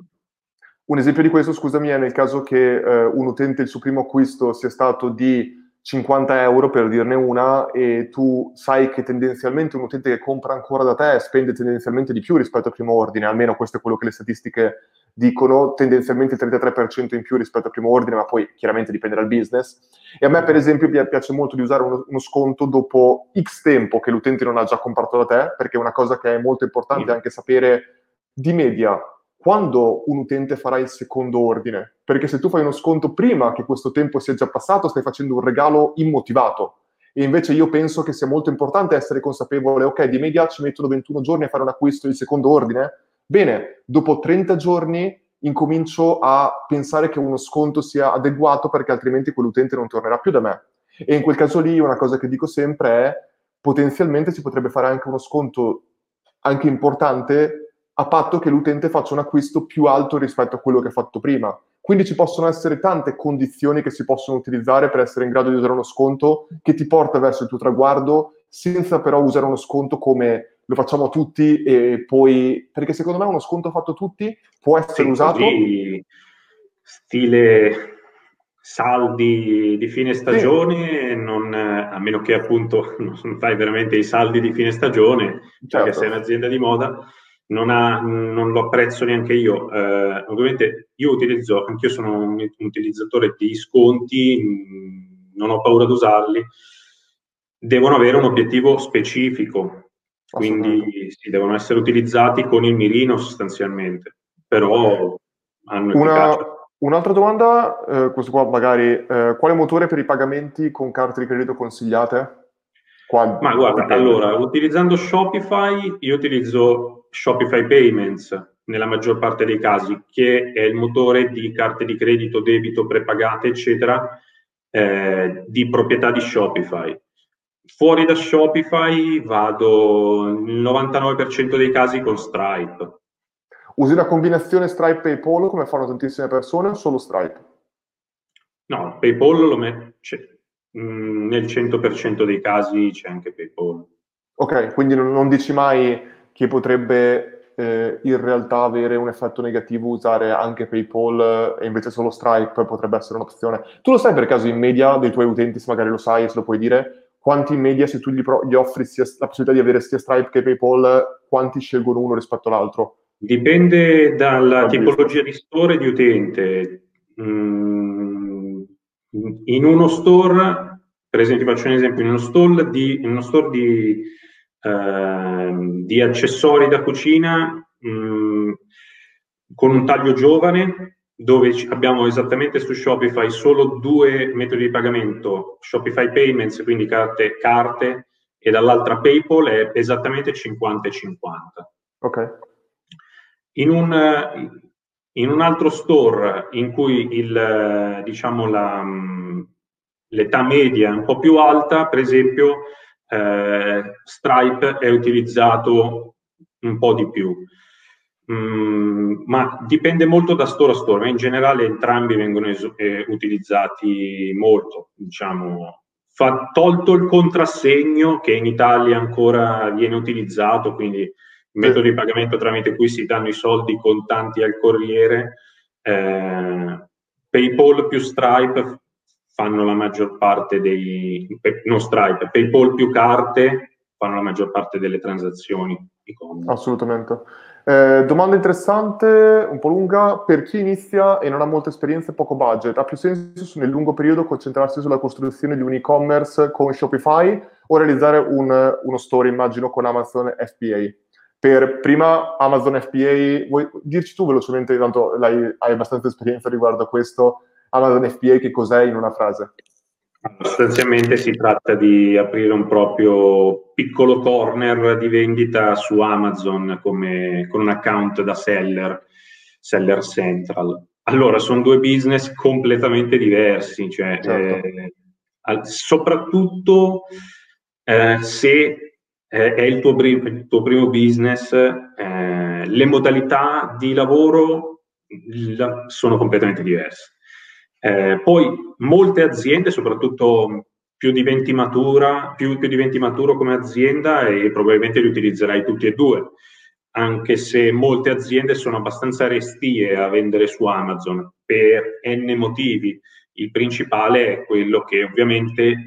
un esempio di questo, scusami, è nel caso che eh, un utente il suo primo acquisto sia stato di cinquanta euro, per dirne una, e tu sai che tendenzialmente un utente che compra ancora da te spende tendenzialmente di più rispetto al primo ordine, almeno questo è quello che le statistiche dicono, tendenzialmente il trentatré per cento in più rispetto al primo ordine, ma poi chiaramente dipende dal business. E a me, per esempio, pi- piace molto di usare uno, uno sconto dopo X tempo che l'utente non ha già comprato da te, perché è una cosa che è molto importante Sì. anche sapere di media quando un utente farà il secondo ordine, perché se tu fai uno sconto prima che questo tempo sia già passato, stai facendo un regalo immotivato. E invece io penso che sia molto importante essere consapevole, ok, di media ci mettono ventuno giorni a fare un acquisto il secondo ordine. Bene, dopo trenta giorni incomincio a pensare che uno sconto sia adeguato perché altrimenti quell'utente non tornerà più da me. E in quel caso lì una cosa che dico sempre è potenzialmente si potrebbe fare anche uno sconto anche importante a patto che l'utente faccia un acquisto più alto rispetto a quello che ha fatto prima. Quindi ci possono essere tante condizioni che si possono utilizzare per essere in grado di usare uno sconto che ti porta verso il tuo traguardo, senza però usare uno sconto come lo facciamo tutti e poi, perché secondo me uno sconto fatto tutti può essere Sì, usato, così stile saldi di fine sì, stagione, non, a meno che appunto non fai veramente i saldi di fine stagione, perché certo, sei un'azienda di moda, non, ha, non lo apprezzo neanche io. Eh, ovviamente io utilizzo, anch'io sono un, un utilizzatore di sconti, mh, non ho paura di usarli, devono avere un obiettivo specifico, assolutamente. quindi sì, devono essere utilizzati con il mirino sostanzialmente, però hanno Una, efficacia. un'altra domanda, eh, questo qua magari, eh, quale motore per i pagamenti con carte di credito consigliate? Ma Qua guarda, dipende. allora, utilizzando Shopify, io utilizzo Shopify Payments nella maggior parte dei casi, che è il motore di carte di credito, debito, prepagate, eccetera, eh, di proprietà di Shopify. Fuori da Shopify vado nel novantanove per cento dei casi con Stripe. Usi la combinazione Stripe e PayPal come fanno tantissime persone o solo Stripe? No, PayPal lo metto, mh, nel cento per cento dei casi c'è anche PayPal. Ok, quindi non, non dici mai che potrebbe eh, in realtà avere un effetto negativo usare anche PayPal eh, e invece solo Stripe potrebbe essere un'opzione. Tu lo sai per caso in media dei tuoi utenti, se magari lo sai, se lo puoi dire, quanti in media se tu gli, pro- gli offri sia la possibilità di avere sia Stripe che PayPal, quanti scelgono uno rispetto all'altro? Dipende dalla Dal business. tipologia di store e di utente. Mm, in uno store, per esempio, faccio un esempio, in uno store di, in uno store di, ehm, di accessori da cucina, mm, con un taglio giovane, dove ci- abbiamo esattamente su Shopify solo due metodi di pagamento, Shopify Payments, quindi carte, carte e dall'altra PayPal è esattamente cinquanta e cinquanta. Ok, In un, in un altro store in cui il, diciamo, la, l'età media è un po' più alta, per esempio, eh, Stripe è utilizzato un po' di più. Mm, ma dipende molto da store a store, ma in generale entrambi vengono es- eh, utilizzati molto, diciamo, fa, tolto il contrassegno che in Italia ancora viene utilizzato, quindi il sì. metodo di pagamento tramite cui si danno i soldi contanti al corriere, eh, PayPal più Stripe fanno la maggior parte dei, non Stripe, PayPal più carte fanno la maggior parte delle transazioni e-commerce. Assolutamente. Eh, domanda interessante, un po' lunga. Per chi inizia e non ha molta esperienza e poco budget, ha più senso nel lungo periodo concentrarsi sulla costruzione di un e-commerce con Shopify o realizzare un- uno store, immagino, con Amazon F B A? Per prima Amazon F B A, vuoi dirci tu velocemente, tanto l'hai- hai abbastanza esperienza riguardo a questo, Amazon F B A che cos'è in una frase? Sostanzialmente si tratta di aprire un proprio piccolo corner di vendita su Amazon come, con un account da seller, seller central. Allora, sono due business completamente diversi, cioè, Certo. eh, al- soprattutto eh, se eh, è il tuo, pri- il tuo primo business, eh, le modalità di lavoro la- sono completamente diverse. Eh, poi molte aziende, soprattutto più diventi matura, più, più diventi maturo come azienda e probabilmente li utilizzerai tutti e due, anche se molte aziende sono abbastanza restie a vendere su Amazon per n motivi. Il principale è quello che ovviamente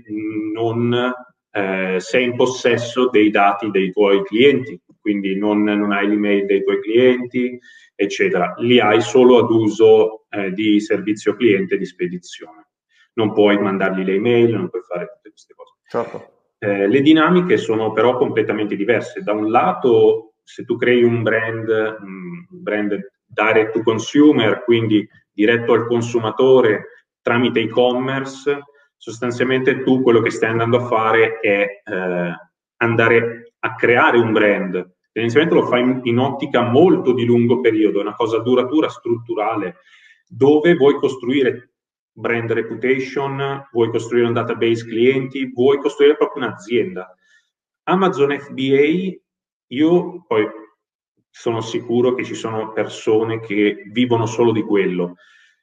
non eh, sei in possesso dei dati dei tuoi clienti, quindi non, non hai l'email dei tuoi clienti, eccetera. Li hai solo ad uso eh, di servizio cliente di spedizione. Non puoi mandargli le email, non puoi fare tutte queste cose. Certo. Eh, le dinamiche sono però completamente diverse. Da un lato, se tu crei un brand, un brand direct to consumer, quindi diretto al consumatore tramite e-commerce, sostanzialmente tu quello che stai andando a fare è eh, andare a creare un brand. Tendenzialmente lo fai in, in ottica molto di lungo periodo, è una cosa duratura, strutturale, dove vuoi costruire brand reputation, vuoi costruire un database clienti, vuoi costruire proprio un'azienda. Amazon F B A, io poi sono sicuro che ci sono persone che vivono solo di quello,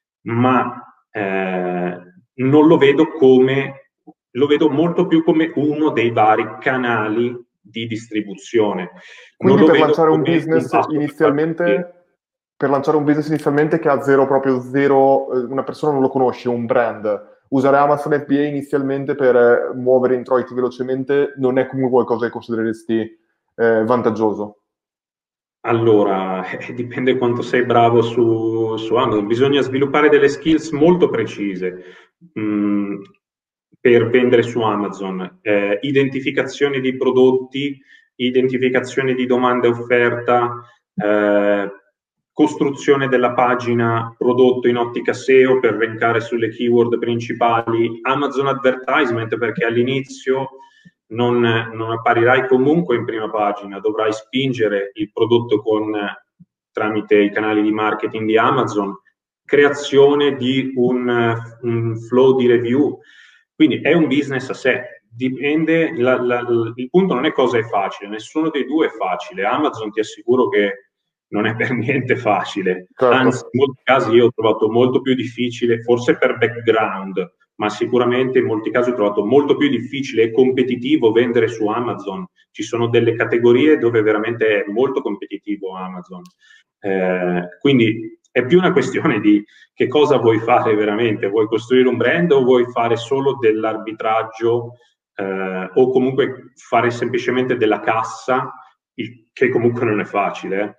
ma eh, non lo vedo come, lo vedo molto più come uno dei vari canali di distribuzione. Non Quindi lo per vedo lanciare un come un business passo per fare così. inizialmente, per lanciare un business inizialmente che ha zero, proprio zero, eh, una persona non lo conosce, un brand, usare Amazon F B A inizialmente per eh, muovere introiti velocemente non è comunque qualcosa che considereresti eh, vantaggioso. Allora, eh, dipende quanto sei bravo su, su Amazon. Bisogna sviluppare delle skills molto precise mh, per vendere su Amazon. Eh, identificazione di prodotti, identificazione di domanda e offerta, eh, costruzione della pagina prodotto in ottica S E O per rankare sulle keyword principali, Amazon Advertisement perché all'inizio non, non apparirai comunque in prima pagina, dovrai spingere il prodotto con, tramite i canali di marketing di Amazon, creazione di un, un flow di review. Quindi è un business a sé. Dipende, la, la, il punto non è cosa è facile, nessuno dei due è facile. Amazon ti assicuro che non è per niente facile, Certo, anzi in molti casi io ho trovato molto più difficile, forse per background, ma sicuramente in molti casi ho trovato molto più difficile e competitivo vendere su Amazon. Ci sono delle categorie dove veramente è molto competitivo Amazon. Eh, quindi è più una questione di che cosa vuoi fare veramente. Vuoi costruire un brand o vuoi fare solo dell'arbitraggio eh, o comunque fare semplicemente della cassa, il, che comunque non è facile.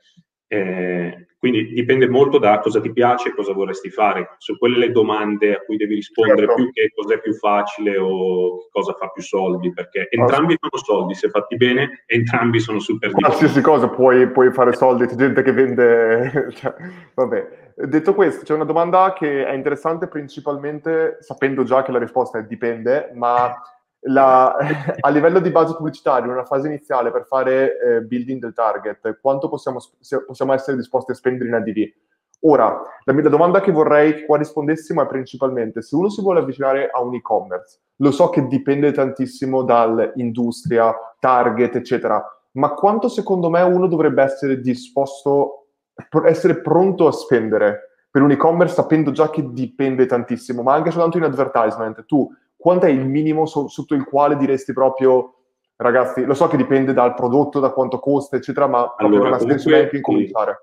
Eh, quindi dipende molto da cosa ti piace e cosa vorresti fare. Sono quelle le domande a cui devi rispondere Certo. più che cosa è più facile o cosa fa più soldi, perché Ass- entrambi fanno soldi, se fatti bene, entrambi sono super Qualsiasi difficili. cosa puoi, puoi fare soldi, c'è gente che vende... cioè, vabbè. Detto questo, c'è una domanda che è interessante principalmente, sapendo già che la risposta è dipende, ma la- a livello di budget pubblicitario, in una fase iniziale per fare eh, building del target, quanto possiamo, se- possiamo essere disposti a spendere in A D V? Ora, la, mia- la domanda che vorrei che qua rispondessimo è principalmente, se uno si vuole avvicinare a un e-commerce, lo so che dipende tantissimo dall'industria, target, eccetera, ma quanto secondo me uno dovrebbe essere disposto, pr- essere pronto a spendere per un e-commerce sapendo già che dipende tantissimo, ma anche soltanto in advertisement. Tu, quanto è il minimo so- sotto il quale diresti proprio, ragazzi, lo so che dipende dal prodotto, da quanto costa, eccetera, ma proprio non Allora, ha senso neanche comunque, sì, incominciare.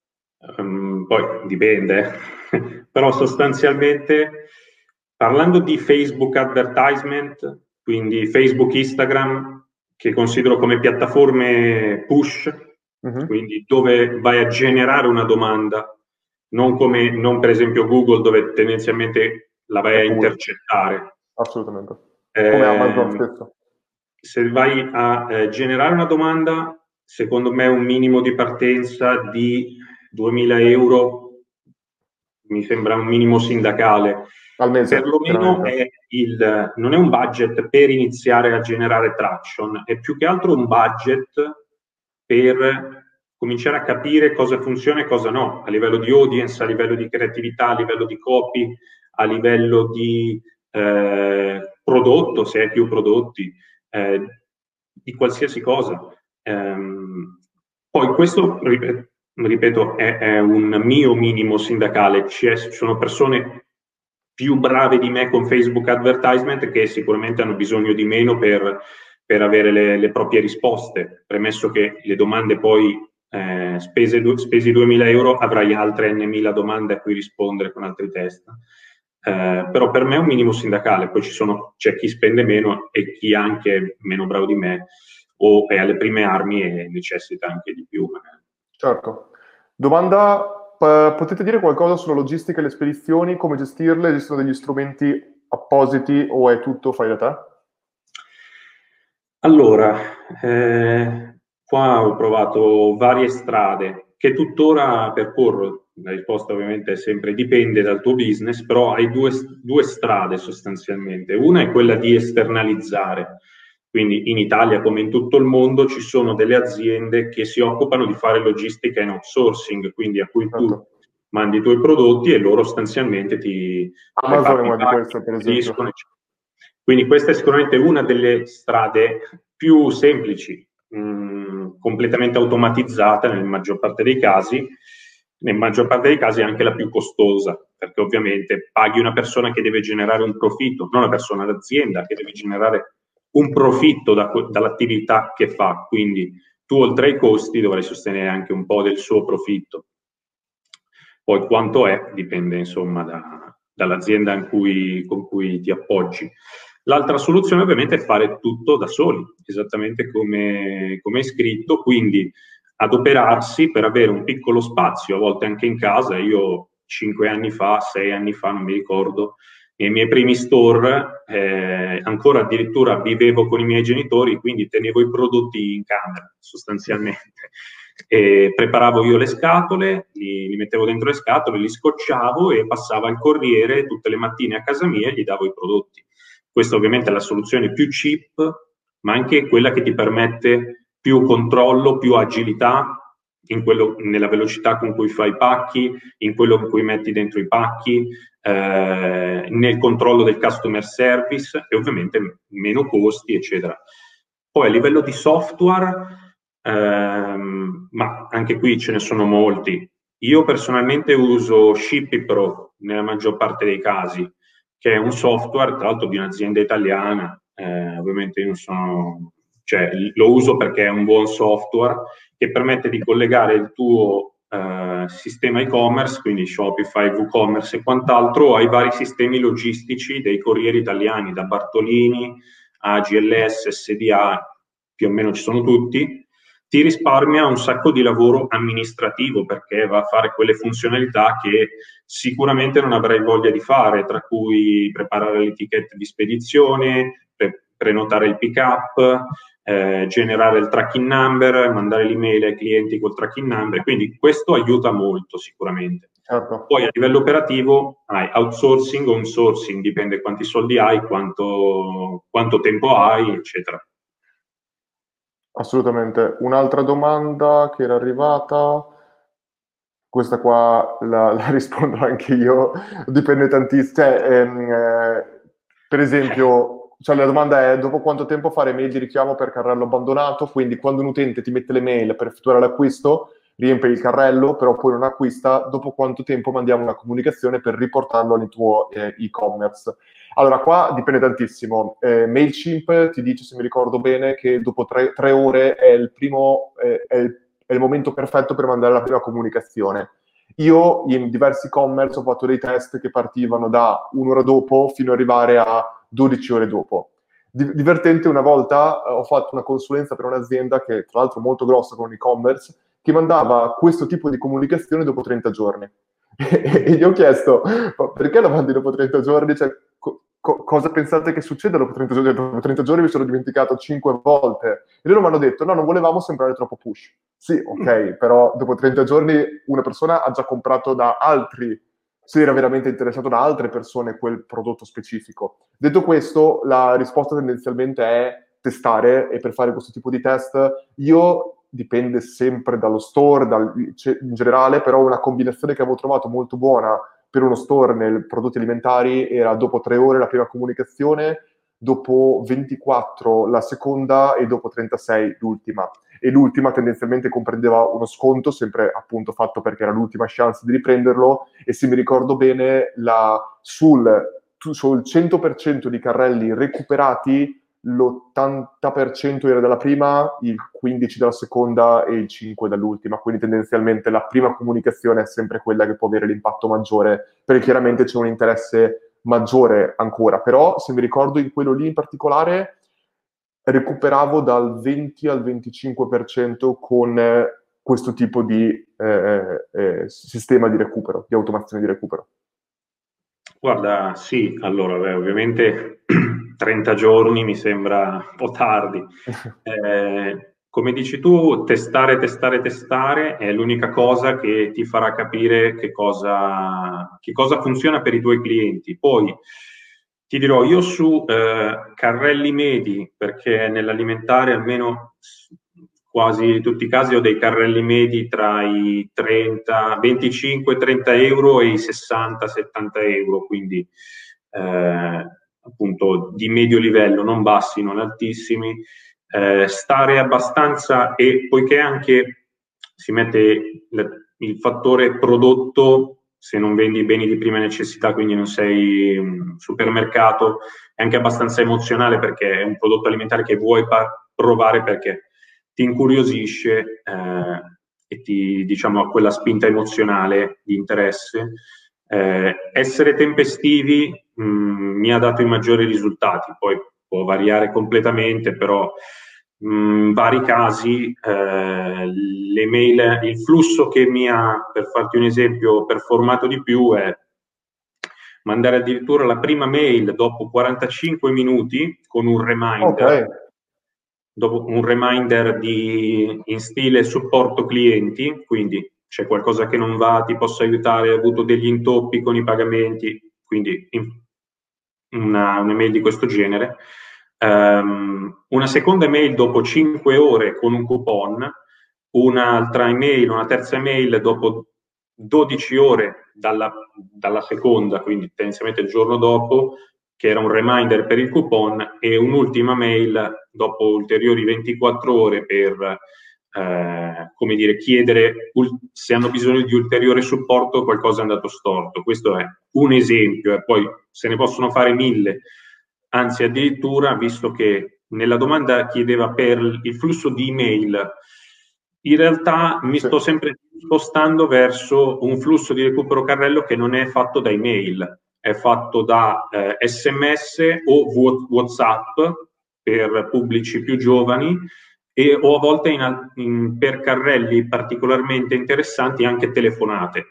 um, poi dipende, però sostanzialmente parlando di Facebook advertisement, quindi Facebook, Instagram, che considero come piattaforme push, Mhm. quindi dove vai a generare una domanda, non come, non per esempio Google dove tendenzialmente la vai È a pure, intercettare. assolutamente. Come Amazon Eh, stesso. Se vai a eh, generare una domanda, secondo me un minimo di partenza di duemila euro mi sembra un minimo sindacale. Al mese, Perlomeno chiaramente. è il, non è un budget per iniziare a generare traction, è più che altro un budget per cominciare a capire cosa funziona e cosa no, a livello di audience, a livello di creatività, a livello di copy, a livello di eh, prodotto, se hai più prodotti, eh, di qualsiasi cosa. Ehm, poi questo, ripeto, è, è un mio minimo sindacale. Ci sono persone più brave di me con Facebook Advertisement che sicuramente hanno bisogno di meno per, per avere le, le proprie risposte, premesso che le domande poi eh, spese, spesi duemila euro avrai altre n mila domande a cui rispondere con altri test. Eh, però per me è un minimo sindacale, poi ci sono, c'è chi spende meno e chi anche meno bravo di me o è alle prime armi e necessita anche di più. Magari. Certo. Domanda, p- potete dire qualcosa sulla logistica e le spedizioni, come gestirle? Esistono degli strumenti appositi o è tutto fai da te? Allora, eh, qua ho provato varie strade che tuttora percorro. La risposta ovviamente è sempre dipende dal tuo business, però hai due, due strade sostanzialmente. Una è quella di esternalizzare. Quindi in Italia, come in tutto il mondo, ci sono delle aziende che si occupano di fare logistica in outsourcing, quindi a cui tu Certo. mandi i tuoi prodotti e loro sostanzialmente ti Amazon è preparano i una di pacchi, queste, per spediscono, esempio. eccetera. Quindi questa è sicuramente una delle strade più semplici, mh, completamente automatizzata nella maggior parte dei casi, nella maggior parte dei casi anche la più costosa, perché ovviamente paghi una persona che deve generare un profitto, non una persona, l'azienda che deve generare un profitto da, dall'attività che fa, quindi tu oltre ai costi dovrai sostenere anche un po' del suo profitto. Poi quanto è dipende insomma da, dall'azienda in cui, con cui ti appoggi. L'altra soluzione ovviamente è fare tutto da soli, esattamente come, come è scritto, quindi adoperarsi per avere un piccolo spazio, a volte anche in casa. Io cinque anni fa, sei anni fa, non mi ricordo, nei miei primi store, eh, ancora addirittura vivevo con i miei genitori, quindi tenevo i prodotti in camera sostanzialmente. E preparavo io le scatole, li, li mettevo dentro le scatole, li scocciavo e passava il corriere tutte le mattine a casa mia e gli davo i prodotti. Questa ovviamente è la soluzione più cheap, ma anche quella che ti permette più controllo, più agilità in quello, nella velocità con cui fai i pacchi, in quello in cui metti dentro i pacchi, eh, nel controllo del customer service e ovviamente meno costi, eccetera. Poi a livello di software, ehm, ma anche qui ce ne sono molti. Io personalmente uso ShippyPro nella maggior parte dei casi, che è un software, tra l'altro, di un'azienda italiana. Eh, ovviamente io non sono, cioè, lo uso perché è un buon software che permette di collegare il tuo eh, sistema e-commerce, quindi Shopify, WooCommerce e quant'altro, ai vari sistemi logistici dei corrieri italiani, da Bartolini a G L S, S D A, più o meno ci sono tutti. Ti risparmia un sacco di lavoro amministrativo perché va a fare quelle funzionalità che sicuramente non avrei voglia di fare, tra cui preparare l'etichetta di spedizione, pre- prenotare il pick-up, eh, generare il tracking number, mandare l'email ai clienti col tracking number, quindi questo aiuta molto sicuramente. Certo. Poi a livello operativo hai outsourcing o insourcing, dipende quanti soldi hai, quanto, quanto tempo hai, eccetera. Assolutamente. Un'altra domanda che era arrivata, questa qua la, la rispondo anche io, dipende tantissimo. Cioè, ehm, eh, per esempio, cioè la domanda è dopo quanto tempo fare mail di richiamo per carrello abbandonato? Quindi quando un utente ti mette le mail per effettuare l'acquisto, riempie il carrello, però poi non acquista, dopo quanto tempo mandiamo una comunicazione per riportarlo nel tuo eh, e-commerce? Allora, qua dipende tantissimo. Eh, MailChimp ti dice, se mi ricordo bene, che dopo tre, tre ore è il primo, eh, è il, è il momento perfetto per mandare la prima comunicazione. Io in diversi e-commerce ho fatto dei test che partivano da un'ora dopo fino ad arrivare a dodici ore dopo. Di- divertente, una volta eh, ho fatto una consulenza per un'azienda che tra l'altro molto grossa con e-commerce, che mandava questo tipo di comunicazione dopo trenta giorni. E gli ho chiesto, ma perché la mandi dopo trenta giorni? Cioè, co- co- cosa pensate che succeda dopo trenta giorni? Dopo trenta giorni mi sono dimenticato cinque volte. E loro mi hanno detto, no, non volevamo sembrare troppo push. Sì, ok, però dopo trenta giorni una persona ha già comprato da altri, se era veramente interessato da altre persone quel prodotto specifico. Detto questo, la risposta tendenzialmente è testare, e per fare questo tipo di test io dipende sempre dallo store, dal, in generale, però una combinazione che avevo trovato molto buona per uno store nei prodotti alimentari era dopo tre ore la prima comunicazione, dopo ventiquattro la seconda e dopo trentasei l'ultima. E l'ultima tendenzialmente comprendeva uno sconto, sempre appunto fatto perché era l'ultima chance di riprenderlo, e se mi ricordo bene, la, sul, sul cento per cento di carrelli recuperati l'ottanta per cento era della prima, il quindici per cento dalla seconda e il cinque per cento dall'ultima, quindi tendenzialmente la prima comunicazione è sempre quella che può avere l'impatto maggiore, perché chiaramente c'è un interesse maggiore ancora, però se mi ricordo in quello lì in particolare recuperavo dal venti al venticinque per cento con eh, questo tipo di eh, eh, sistema di recupero, di automazione di recupero. Guarda, sì, allora, beh, ovviamente trenta giorni mi sembra un po' tardi. Eh, come dici tu, testare, testare, testare è l'unica cosa che ti farà capire che cosa, che cosa funziona per i tuoi clienti. Poi ti dirò, io su eh, carrelli medi, perché nell'alimentare almeno quasi tutti i casi ho dei carrelli medi tra i trenta, venticinque trenta euro e i sessanta settanta euro, quindi eh, appunto di medio livello, non bassi, non altissimi. Eh, stare abbastanza, e poiché anche si mette il, il fattore prodotto, se non vendi beni di prima necessità, quindi non sei un supermercato, è anche abbastanza emozionale perché è un prodotto alimentare che vuoi provare perché ti incuriosisce eh, e ti, diciamo, ha quella spinta emozionale di interesse. Eh, essere tempestivi mh, mi ha dato i maggiori risultati, poi può variare completamente, però in vari casi eh, le mail, il flusso che mi ha, per farti un esempio, performato di più è mandare addirittura la prima mail dopo quarantacinque minuti con un Ok, reminder, dopo un reminder di, in stile supporto clienti, quindi c'è qualcosa che non va, ti posso aiutare, hai avuto degli intoppi con i pagamenti, quindi in, una, un'email di questo genere. Um, una seconda email dopo cinque ore con un coupon, un'altra email, una terza email dopo dodici ore dalla, dalla seconda, quindi tendenzialmente il giorno dopo, che era un reminder per il coupon, e un'ultima mail dopo ulteriori ventiquattro ore per eh, come dire, chiedere se hanno bisogno di ulteriore supporto o qualcosa è andato storto. Questo è un esempio, e poi se ne possono fare mille. Anzi, addirittura, visto che nella domanda chiedeva per il flusso di email, in realtà mi Sì. sto sempre spostando verso un flusso di recupero carrello che non è fatto da email, è fatto da eh, S M S o WhatsApp per pubblici più giovani, e, o a volte in, in, per carrelli particolarmente interessanti anche telefonate.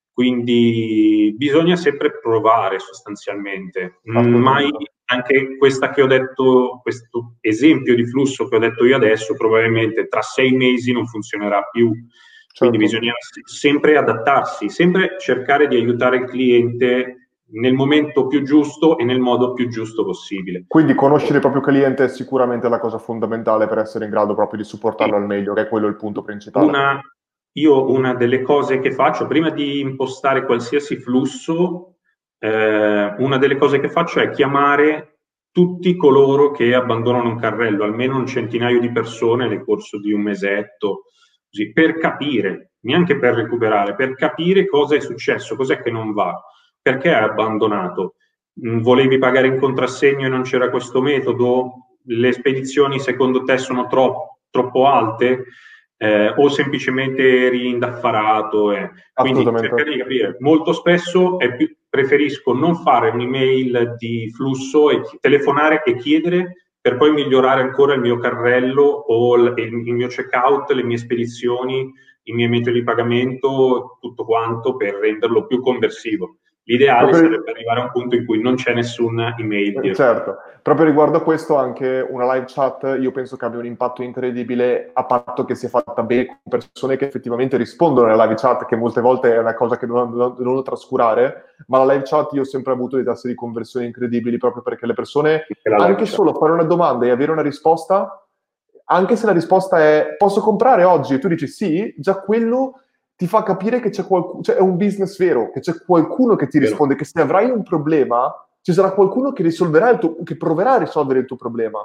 Quindi bisogna sempre provare sostanzialmente. Mai Assolutamente. anche questa che ho detto, questo esempio di flusso che ho detto io adesso, probabilmente tra sei mesi non funzionerà più. Quindi Certo. bisogna sempre adattarsi, sempre cercare di aiutare il cliente nel momento più giusto e nel modo più giusto possibile. Quindi conoscere il proprio cliente è sicuramente la cosa fondamentale per essere in grado proprio di supportarlo al meglio, che è quello il punto principale. Una, io una delle cose che faccio, prima di impostare qualsiasi flusso, eh, una delle cose che faccio è chiamare tutti coloro che abbandonano un carrello, almeno un centinaio di persone nel corso di un mesetto, così, per capire, neanche per recuperare, per capire cosa è successo, cos'è che non va, perché hai abbandonato. Volevi pagare in contrassegno e non c'era questo metodo? Le spedizioni secondo te sono troppo, troppo alte? Eh, o semplicemente eri indaffarato? Eh. Quindi Assolutamente. cercare di capire. Molto spesso è più, preferisco non fare un'email di flusso e telefonare e chiedere per poi migliorare ancora il mio carrello o il, il mio checkout, le mie spedizioni, i miei metodi di pagamento, tutto quanto per renderlo più conversivo. L'ideale Proprio, sarebbe arrivare a un punto in cui non c'è nessuna email di recupero. certo, proprio riguardo a questo anche una live chat io penso che abbia un impatto incredibile a patto che sia fatta bene con persone che effettivamente rispondono alla live chat, che molte volte è una cosa che non, non, non devo trascurare, ma la live chat io ho sempre avuto dei tassi di conversione incredibili proprio perché le persone, La live anche chat. solo fare una domanda e avere una risposta, anche se la risposta è posso comprare oggi e tu dici sì, già quello ti fa capire che c'è qualcuno, cioè è un business vero, che c'è qualcuno che ti Vero? risponde, che se avrai un problema, ci sarà qualcuno che risolverà il tuo, che proverà a risolvere il tuo problema.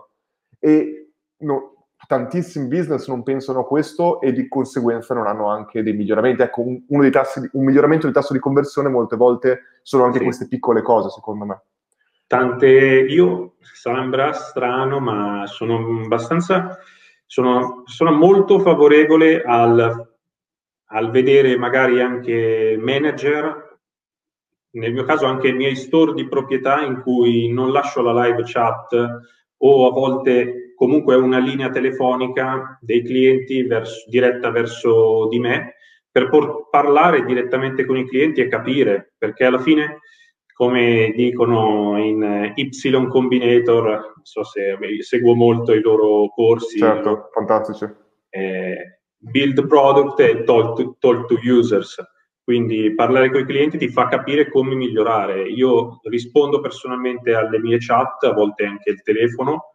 E no, tantissimi business non pensano a questo e di conseguenza non hanno anche dei miglioramenti. Ecco, un, uno dei tassi, un miglioramento del tasso di conversione molte volte sono anche Sì. queste piccole cose, secondo me. Tante, io sembra strano, ma sono abbastanza, sono, sono molto favorevole al, al vedere magari anche manager, nel mio caso anche i miei store di proprietà in cui non lascio la live chat o a volte comunque una linea telefonica dei clienti verso, diretta verso di me per por- parlare direttamente con i clienti e capire, perché alla fine, come dicono in Y Combinator, non so se seguo molto i loro corsi, i loro, Certo, fantastici. eh, build product e talk to, talk to users. Quindi parlare con i clienti ti fa capire come migliorare. Io rispondo personalmente alle mie chat, a volte anche il telefono,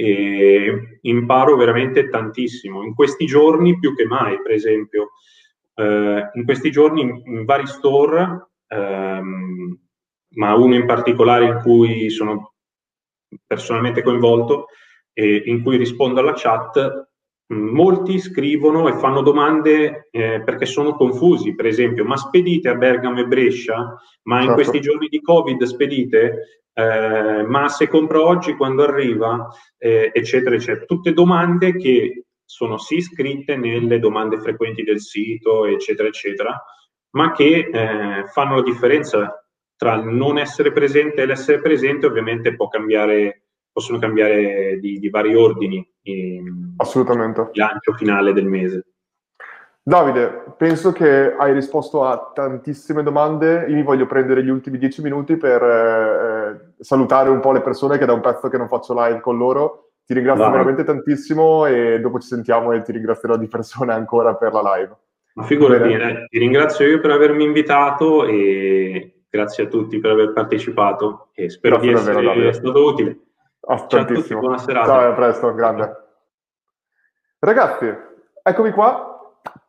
e imparo veramente tantissimo. In questi giorni più che mai, per esempio, eh, in questi giorni in, in vari store, ehm, ma uno in particolare in cui sono personalmente coinvolto e in cui rispondo alla chat, molti scrivono e fanno domande eh, perché sono confusi, per esempio, ma spedite a Bergamo e Brescia? Ma in questi Certo. giorni di Covid spedite? Eh, ma se compro oggi quando arriva? Eh, eccetera, eccetera. Tutte domande che sono sì scritte nelle domande frequenti del sito, eccetera, eccetera, ma che eh, fanno la differenza tra il non essere presente e l'essere presente. Ovviamente può cambiare, possono cambiare di, di vari ordini il Assolutamente. bilancio finale del mese. Davide, penso che hai risposto a tantissime domande. Io mi voglio prendere gli ultimi dieci minuti per eh, eh, salutare un po' le persone che da un pezzo che non faccio live con loro. Ti ringrazio Vai. veramente tantissimo e dopo ci sentiamo e ti ringrazierò di persona ancora per la live. Ma Va figurati, bene? eh, ti ringrazio io per avermi invitato e grazie a tutti per aver partecipato e spero di Grazie davvero, essere Davide. stato utile. A Ciao a tutti, buona tantissimo. Ciao e serata. a presto, grande. Ragazzi, eccomi qua.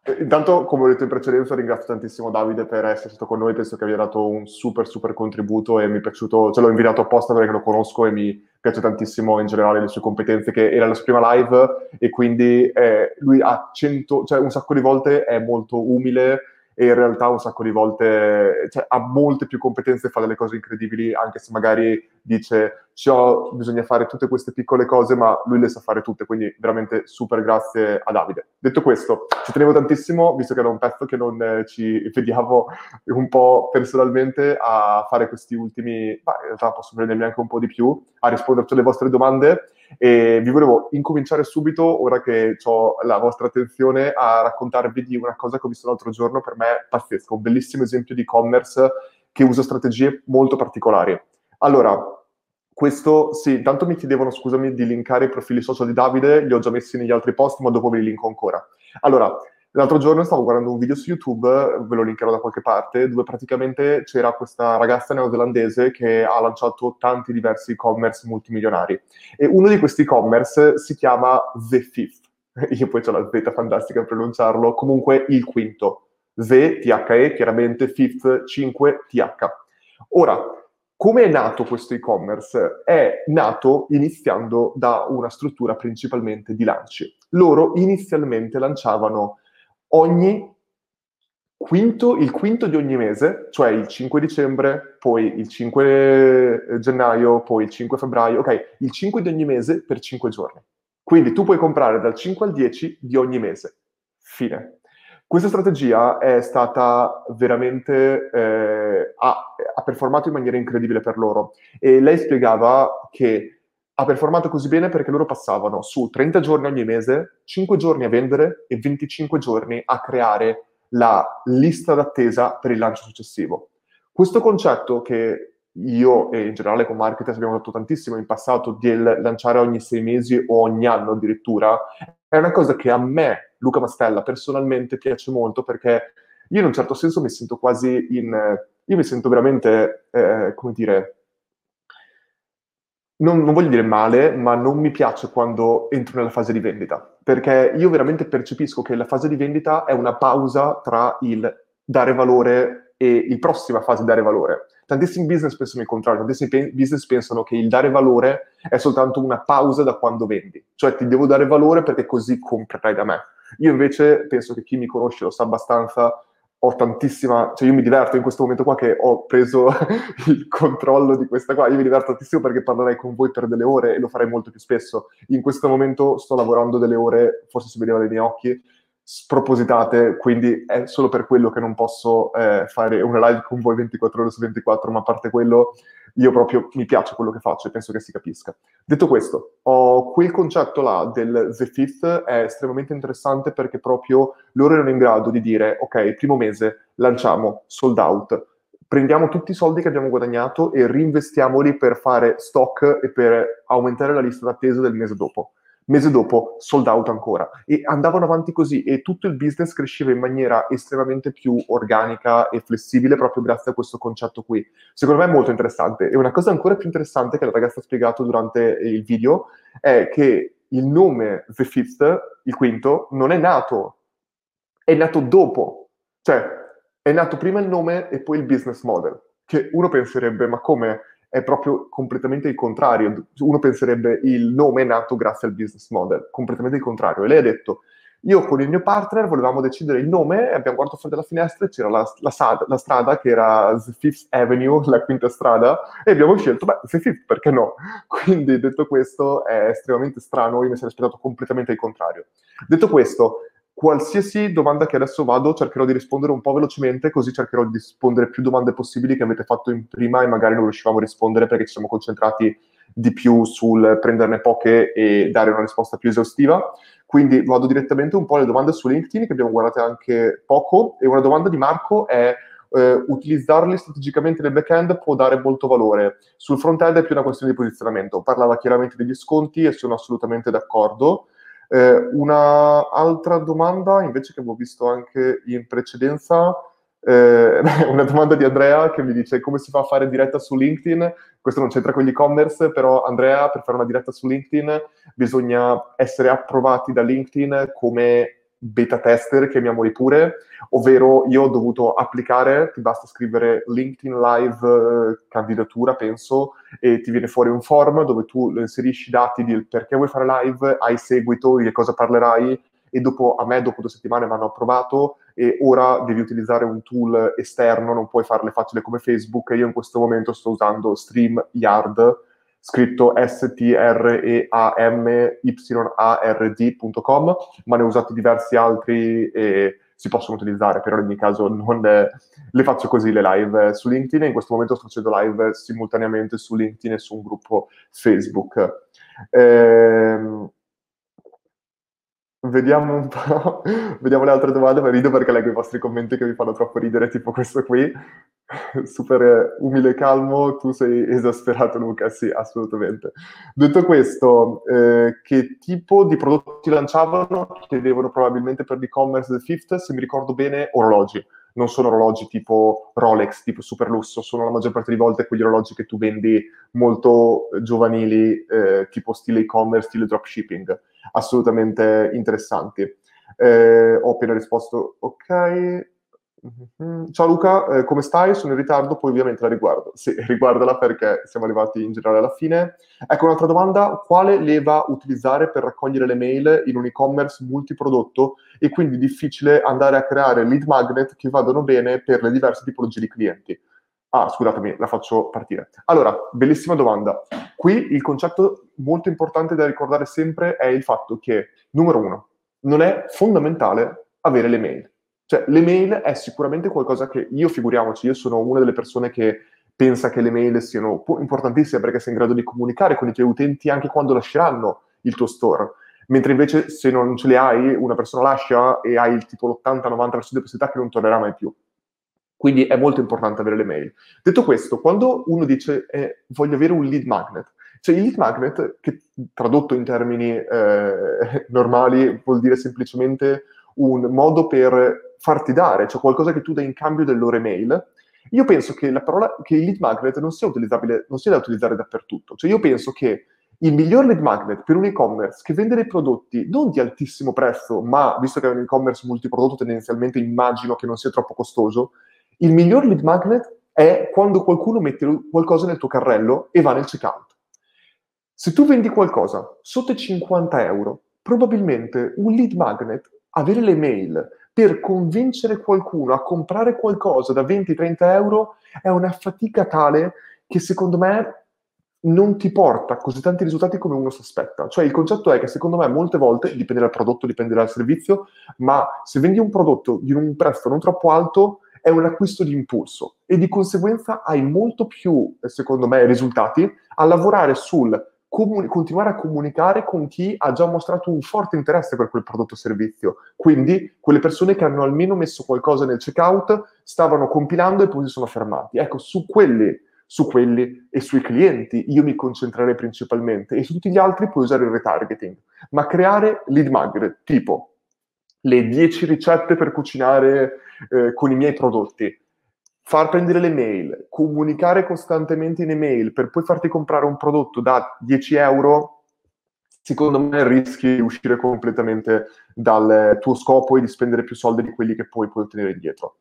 Intanto, come ho detto in precedenza, ringrazio tantissimo Davide per essere stato con noi, penso che abbia dato un super super contributo e mi è piaciuto, ce l'ho invitato apposta perché lo conosco e mi piace tantissimo in generale le sue competenze, che era la sua prima live e quindi eh, lui ha cento, cioè un sacco di volte è molto umile e in realtà un sacco di volte cioè, ha molte più competenze e fa delle cose incredibili, anche se magari dice "Ciò, bisogna fare tutte queste piccole cose", ma lui le sa fare tutte, quindi veramente super grazie a Davide. Detto questo, ci tenevo tantissimo, visto che era un pezzo che non eh, ci vediamo un po' personalmente, a fare questi ultimi, ma in realtà posso prendermi anche un po' di più, a rispondere a tutte le vostre domande e vi volevo incominciare subito, ora che ho la vostra attenzione, a raccontarvi di una cosa che ho visto l'altro giorno, per me pazzesco, un bellissimo esempio di e-commerce che usa strategie molto particolari. Allora, questo sì, intanto mi chiedevano, scusami, di linkare i profili social di Davide, li ho già messi negli altri post, ma dopo ve li linko ancora. Allora, l'altro giorno stavo guardando un video su YouTube, ve lo linkerò da qualche parte, dove praticamente c'era questa ragazza neozelandese che ha lanciato tanti diversi e-commerce multimilionari. E uno di questi e-commerce si chiama The Fifth. Io poi ho la Z fantastica a pronunciarlo, comunque il quinto. Z, T H E, chiaramente Fifth, cinque, T H. Ora, come è nato questo e-commerce? È nato iniziando da una struttura principalmente di lanci. Loro inizialmente lanciavano ogni quinto, il quinto di ogni mese, cioè il cinque dicembre, poi il cinque gennaio, poi il cinque febbraio, ok, il cinque di ogni mese per cinque giorni. Quindi tu puoi comprare dal cinque al dieci di ogni mese. Fine. Questa strategia è stata veramente, eh, ha, ha performato in maniera incredibile per loro e lei spiegava che ha performato così bene perché loro passavano su trenta giorni ogni mese, cinque giorni a vendere e venticinque giorni a creare la lista d'attesa per il lancio successivo. Questo concetto che io e in generale con Marketers abbiamo fatto tantissimo in passato di lanciare ogni sei mesi o ogni anno addirittura, è una cosa che a me, Luca Mastella, personalmente piace molto perché io in un certo senso mi sento quasi in... Io mi sento veramente, eh, come dire, non, non voglio dire male, ma non mi piace quando entro nella fase di vendita, perché io veramente percepisco che la fase di vendita è una pausa tra il dare valore e il prossima fase di dare valore. Tantissimi business pensano il contrario, tantissimi pe- business pensano che il dare valore è soltanto una pausa da quando vendi, cioè ti devo dare valore perché così comprerai da me. Io invece penso che chi mi conosce lo sa abbastanza, ho tantissima, cioè io mi diverto in questo momento qua che ho preso il controllo di questa qua, io mi diverto tantissimo perché parlerei con voi per delle ore e lo farei molto più spesso. In questo momento sto lavorando delle ore, forse si vedeva dai miei occhi, spropositate, quindi è solo per quello che non posso eh, fare una live con voi ventiquattro ore su ventiquattro, ma a parte quello io proprio mi piace quello che faccio e penso che si capisca. Detto questo, ho quel concetto là del The Fifth è estremamente interessante perché proprio loro erano in grado di dire, ok, primo mese lanciamo sold out, prendiamo tutti i soldi che abbiamo guadagnato e reinvestiamoli per fare stock e per aumentare la lista d'attesa del mese dopo. Mese dopo, sold out ancora. E andavano avanti così e tutto il business cresceva in maniera estremamente più organica e flessibile proprio grazie a questo concetto qui. Secondo me è molto interessante. E una cosa ancora più interessante che la ragazza ha spiegato durante il video è che il nome The Fifth, il quinto, non è nato, è nato dopo. Cioè, è nato prima il nome e poi il business model, che uno penserebbe, ma come? È proprio completamente il contrario. Uno penserebbe il nome è nato grazie al business model, completamente il contrario. E lei ha detto, io con il mio partner volevamo decidere il nome e abbiamo guardato fuori dalla finestra e c'era la, la, sad- la strada che era The Fifth Avenue, la quinta strada, e abbiamo scelto, beh, The Fifth, perché no? Quindi, detto questo, è estremamente strano, io mi sarei aspettato completamente il contrario. Detto questo, qualsiasi domanda che adesso vado cercherò di rispondere un po' velocemente, così cercherò di rispondere più domande possibili che avete fatto in prima e magari non riuscivamo a rispondere perché ci siamo concentrati di più sul prenderne poche e dare una risposta più esaustiva. Quindi vado direttamente un po' alle domande su LinkedIn che abbiamo guardato anche poco e una domanda di Marco è eh, utilizzarli strategicamente nel back-end può dare molto valore. Sul front-end è più una questione di posizionamento. Parlava chiaramente degli sconti e sono assolutamente d'accordo. Eh, una altra domanda, invece, che avevo visto anche in precedenza, eh, una domanda di Andrea che mi dice come si fa a fare diretta su LinkedIn. Questo non c'entra con l'e-commerce, però Andrea, per fare una diretta su LinkedIn bisogna essere approvati da LinkedIn come beta tester, chiamiamoli pure, ovvero io ho dovuto applicare, ti basta scrivere LinkedIn Live eh, candidatura, penso, e ti viene fuori un form dove tu inserisci i dati di perché vuoi fare live, hai seguito, di che cosa parlerai, e dopo, a me dopo due settimane mi hanno approvato e ora devi utilizzare un tool esterno, non puoi farle facile come Facebook, e io in questo momento sto usando StreamYard, scritto S T R E A M Y A R D punto com, ma ne ho usati diversi altri e si possono utilizzare, però in ogni caso non eh, le faccio così le live su LinkedIn, e in questo momento sto facendo live simultaneamente su LinkedIn e su un gruppo Facebook. Ehm, Vediamo un po', vediamo le altre domande, ma rido perché leggo i vostri commenti che mi fanno troppo ridere, tipo questo qui, super eh, umile e calmo, tu sei esasperato Luca, sì, assolutamente. Detto questo, eh, che tipo di prodotti lanciavano? Chiedevano probabilmente per l'e-commerce del Fifth, se mi ricordo bene, orologi. Non sono orologi tipo Rolex, tipo super lusso, sono la maggior parte delle volte quegli orologi che tu vendi molto giovanili, eh, tipo stile e-commerce, stile dropshipping, assolutamente interessanti. Eh, ho appena risposto, ok. Mhm. Ciao Luca, eh, come stai? Sono in ritardo, poi ovviamente la riguardo. Sì, riguardala perché siamo arrivati in generale alla fine. Ecco un'altra domanda, quale leva utilizzare per raccogliere le mail in un e-commerce multiprodotto e quindi difficile andare a creare lead magnet che vadano bene per le diverse tipologie di clienti? Ah, scusatemi, la faccio partire. Allora, bellissima domanda. Qui il concetto molto importante da ricordare sempre è il fatto che, numero uno, non è fondamentale avere le mail. Cioè, le mail è sicuramente qualcosa che io, figuriamoci, io sono una delle persone che pensa che le mail siano importantissime perché sei in grado di comunicare con i tuoi utenti anche quando lasceranno il tuo store. Mentre invece se non ce le hai, una persona lascia e hai il tipo l'ottanta novanta per cento di possibilità che non tornerà mai più. Quindi è molto importante avere le mail. Detto questo, quando uno dice eh, voglio avere un lead magnet, cioè il lead magnet, che tradotto in termini eh, normali vuol dire semplicemente un modo per farti dare, cioè qualcosa che tu dai in cambio del loro email. Io penso che la parola, che il lead magnet non sia utilizzabile, non sia da utilizzare dappertutto. Cioè io penso che il miglior lead magnet per un e-commerce che vende dei prodotti non di altissimo prezzo, ma visto che è un e-commerce multiprodotto, tendenzialmente immagino che non sia troppo costoso, il miglior lead magnet è quando qualcuno mette qualcosa nel tuo carrello e va nel checkout. Se tu vendi qualcosa sotto i cinquanta euro, probabilmente un lead magnet, avere le mail per convincere qualcuno a comprare qualcosa da venti trenta euro è una fatica tale che secondo me non ti porta così tanti risultati come uno si aspetta. Cioè il concetto è che secondo me molte volte, dipende dal prodotto, dipende dal servizio, ma se vendi un prodotto di un prezzo non troppo alto, è un acquisto di impulso e di conseguenza hai molto più, secondo me, risultati a lavorare sul comuni- continuare a comunicare con chi ha già mostrato un forte interesse per quel prodotto o servizio. Quindi quelle persone che hanno almeno messo qualcosa nel checkout, stavano compilando e poi si sono fermati. Ecco, su quelli, su quelli e sui clienti io mi concentrerei principalmente, e su tutti gli altri puoi usare il retargeting. Ma creare lead magnet tipo le dieci ricette per cucinare eh, con i miei prodotti, far prendere le mail, comunicare costantemente in email per poi farti comprare un prodotto da dieci euro, secondo me rischi di uscire completamente dal tuo scopo e di spendere più soldi di quelli che poi puoi ottenere indietro.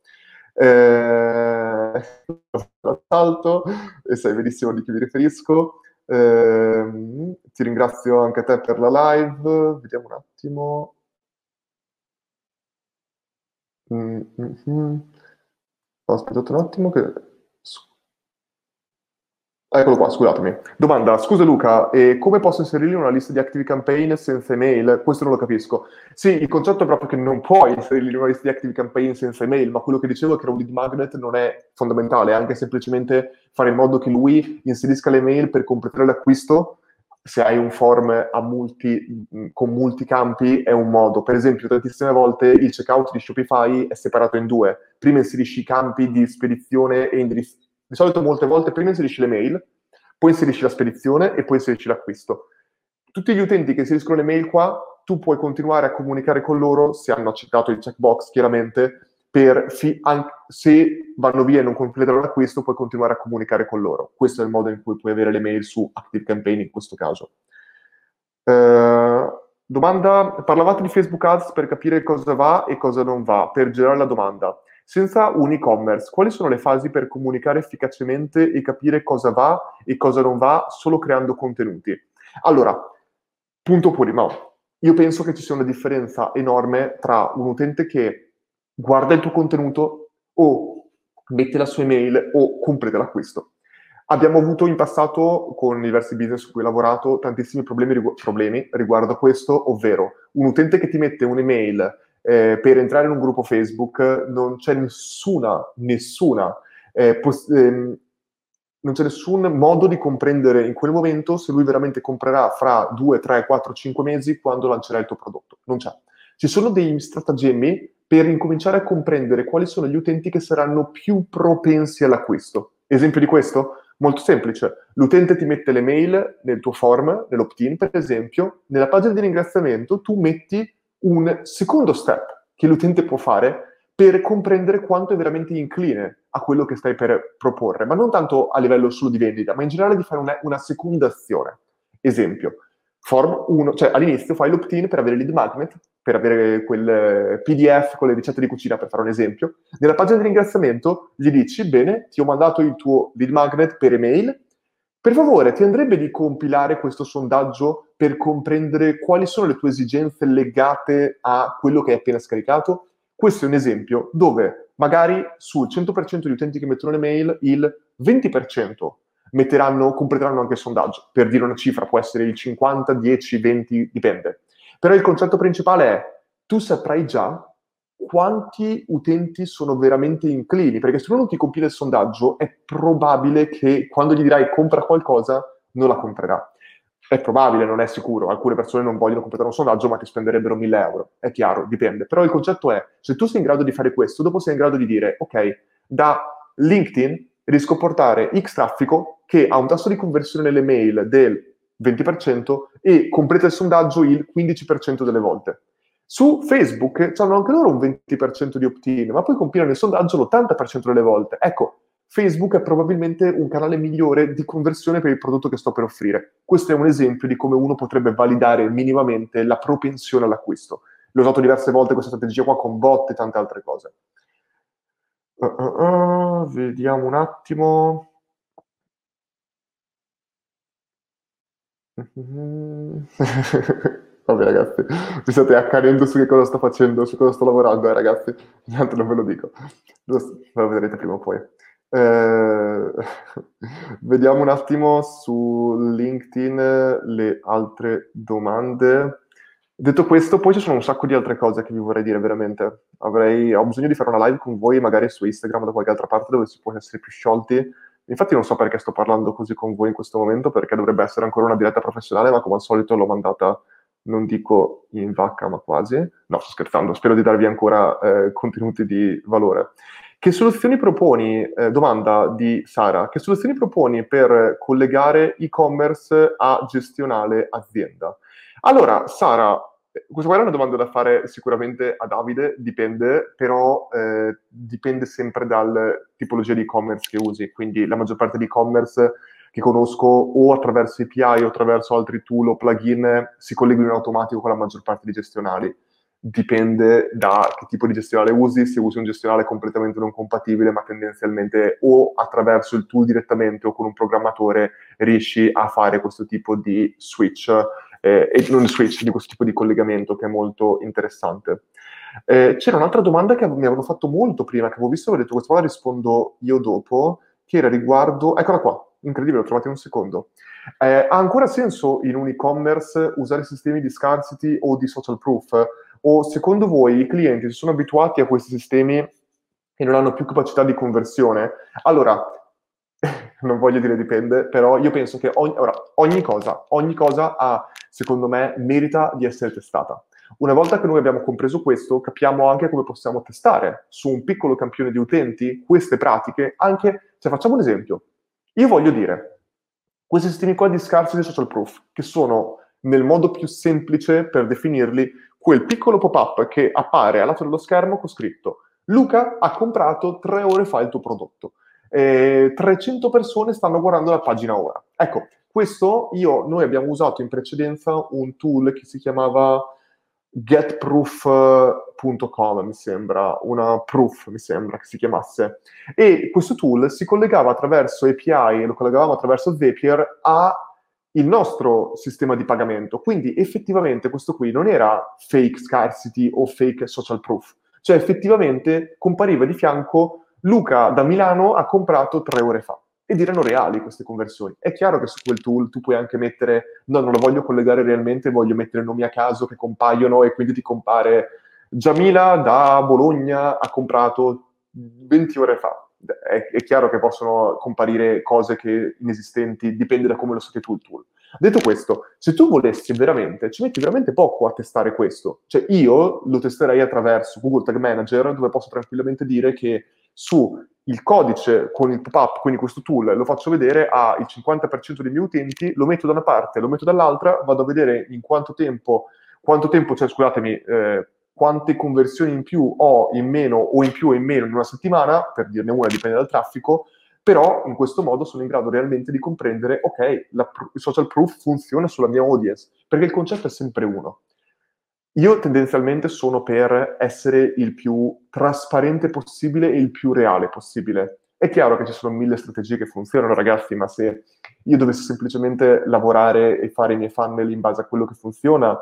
Eh, salto, e sai benissimo di chi mi riferisco. Eh, ti ringrazio anche a te per la live. Vediamo un attimo. Mm, mm, mm. Aspettate un attimo che... Eccolo qua, scusatemi. Domanda, scusa Luca, eh, come posso inserire in una lista di Active Campaign senza email? Questo non lo capisco. Sì, il concetto è proprio che non puoi inserirli in una lista di Active Campaign senza email, ma quello che dicevo è che un lead magnet non è fondamentale, è anche semplicemente fare in modo che lui inserisca le mail per completare l'acquisto. Se hai un form a multi, con molti campi è un modo. Per esempio, tantissime volte il checkout di Shopify è separato in due. Prima inserisci i campi di spedizione e indirizzo. Di solito molte volte prima inserisci le mail, poi inserisci la spedizione e poi inserisci l'acquisto. Tutti gli utenti che inseriscono le mail qua, tu puoi continuare a comunicare con loro, se hanno accettato il checkbox chiaramente, per fi- anche se vanno via e non completano l'acquisto, puoi continuare a comunicare con loro. Questo è il modo in cui puoi avere le mail su ActiveCampaign in questo caso. Uh, Domanda, parlavate di Facebook Ads per capire cosa va e cosa non va, per girare la domanda. Senza un e-commerce, quali sono le fasi per comunicare efficacemente e capire cosa va e cosa non va solo creando contenuti? Allora, punto primo, io penso che ci sia una differenza enorme tra un utente che guarda il tuo contenuto o mette la sua email o completa l'acquisto. Abbiamo avuto in passato, con diversi business su cui ho lavorato, tantissimi problemi, rigu- problemi riguardo a questo, ovvero un utente che ti mette un'email eh, per entrare in un gruppo Facebook, non c'è nessuna, nessuna, eh, poss- ehm, non c'è nessun modo di comprendere in quel momento se lui veramente comprerà fra due, tre, quattro, cinque mesi quando lancerà il tuo prodotto. Non c'è. Ci sono dei stratagemmi per incominciare a comprendere quali sono gli utenti che saranno più propensi all'acquisto. Esempio di questo? Molto semplice. L'utente ti mette le mail nel tuo form, nell'opt-in per esempio, nella pagina di ringraziamento tu metti un secondo step che l'utente può fare per comprendere quanto è veramente incline a quello che stai per proporre, ma non tanto a livello solo di vendita, ma in generale di fare una, una seconda azione. Esempio, form uno, cioè all'inizio fai l'opt-in per avere lead magnet, per avere quel P D F con le ricette di cucina, per fare un esempio. Nella pagina di ringraziamento gli dici, bene, ti ho mandato il tuo lead magnet per email, per favore, ti andrebbe di compilare questo sondaggio per comprendere quali sono le tue esigenze legate a quello che hai appena scaricato? Questo è un esempio dove magari sul cento per cento di utenti che mettono le mail, il venti per cento metteranno, completeranno anche il sondaggio. Per dire una cifra, può essere il cinquanta, dieci, venti, dipende. Però il concetto principale è, tu saprai già quanti utenti sono veramente inclini, perché se uno non ti compila il sondaggio è probabile che quando gli dirai compra qualcosa non la comprerà. È probabile, non è sicuro. Alcune persone non vogliono completare un sondaggio ma ti spenderebbero mille euro. È chiaro, dipende. Però il concetto è, se tu sei in grado di fare questo, dopo sei in grado di dire, ok, da LinkedIn riesco a portare X traffico che ha un tasso di conversione nelle mail del venti per cento e completa il sondaggio il quindici per cento delle volte. Su Facebook hanno anche loro un venti per cento di opt-in, ma poi compilano il sondaggio l'ottanta per cento delle volte. Ecco, Facebook è probabilmente un canale migliore di conversione per il prodotto che sto per offrire. Questo è un esempio di come uno potrebbe validare minimamente la propensione all'acquisto. L'ho usato diverse volte questa strategia qua con bot e tante altre cose. Uh, uh, uh, vediamo un attimo. Vabbè ragazzi, mi state accanendo su che cosa sto facendo, su cosa sto lavorando, eh, ragazzi. Niente, non ve lo dico. Lo, lo vedrete prima o poi. Eh, vediamo un attimo su LinkedIn le altre domande. Detto questo, poi ci sono un sacco di altre cose che vi vorrei dire veramente. Avrei, ho bisogno di fare una live con voi, magari su Instagram o da qualche altra parte dove si può essere più sciolti. Infatti non so perché sto parlando così con voi in questo momento, perché dovrebbe essere ancora una diretta professionale, ma come al solito l'ho mandata, non dico in vacca, ma quasi. No, sto scherzando, spero di darvi ancora eh, contenuti di valore. Che soluzioni proponi, eh, domanda di Sara, che soluzioni proponi per collegare e-commerce a gestionale azienda? Allora, Sara, eh, questa qua è una domanda da fare sicuramente a Davide, dipende, però eh, dipende sempre dal tipologia di e-commerce che usi. Quindi la maggior parte di e-commerce che conosco o attraverso A P I o attraverso altri tool o plugin si collegano in automatico con la maggior parte di gestionali. Dipende da che tipo di gestionale usi, se usi un gestionale completamente non compatibile, ma tendenzialmente o attraverso il tool direttamente o con un programmatore riesci a fare questo tipo di switch eh, e non switch, di questo tipo di collegamento che è molto interessante. Eh, c'era un'altra domanda che mi avevano fatto molto prima, che avevo visto e ho detto questa qua la rispondo io dopo, che era riguardo... Eccola qua, incredibile, l'ho trovata in un secondo. Eh, ha ancora senso in un e-commerce usare sistemi di scarcity o di social proof? O secondo voi i clienti si sono abituati a questi sistemi e non hanno più capacità di conversione? Allora, non voglio dire dipende, però io penso che ogni, ora, ogni cosa, ogni cosa ha, secondo me, merita di essere testata. Una volta che noi abbiamo compreso questo, capiamo anche come possiamo testare su un piccolo campione di utenti queste pratiche, anche, cioè facciamo un esempio. Io voglio dire, questi sistemi qua di scarcity social proof, che sono nel modo più semplice per definirli, quel piccolo pop-up che appare al lato dello schermo con scritto Luca ha comprato tre ore fa il tuo prodotto. eh, trecento persone stanno guardando la pagina ora. Ecco, questo io, noi abbiamo usato in precedenza un tool che si chiamava getproof punto com, mi sembra, una proof, mi sembra che si chiamasse. E questo tool si collegava attraverso A P I, lo collegavamo attraverso Zapier a il nostro sistema di pagamento. Quindi effettivamente questo qui non era fake scarcity o fake social proof. Cioè effettivamente compariva di fianco Luca da Milano ha comprato tre ore fa. Ed erano reali queste conversioni. È chiaro che su quel tool tu puoi anche mettere, no, non lo voglio collegare realmente, voglio mettere nomi a caso che compaiono e quindi ti compare Giamila da Bologna ha comprato venti ore fa. È, è chiaro che possono comparire cose che inesistenti, dipende da come lo stai tu il tool. Detto questo, se tu volessi veramente, ci metti veramente poco a testare questo. Cioè io lo testerei attraverso Google Tag Manager, dove posso tranquillamente dire che su il codice con il pop-up, quindi questo tool, lo faccio vedere al cinquanta per cento dei miei utenti, lo metto da una parte, lo metto dall'altra, vado a vedere in quanto tempo, quanto tempo, cioè scusatemi, eh, quante conversioni in più ho in meno o in più o in meno in una settimana, per dirne una dipende dal traffico, però in questo modo sono in grado realmente di comprendere, ok, la, il social proof funziona sulla mia audience, perché il concetto è sempre uno. Io tendenzialmente sono per essere il più trasparente possibile e il più reale possibile. È chiaro che ci sono mille strategie che funzionano, ragazzi, ma se io dovessi semplicemente lavorare e fare i miei funnel in base a quello che funziona,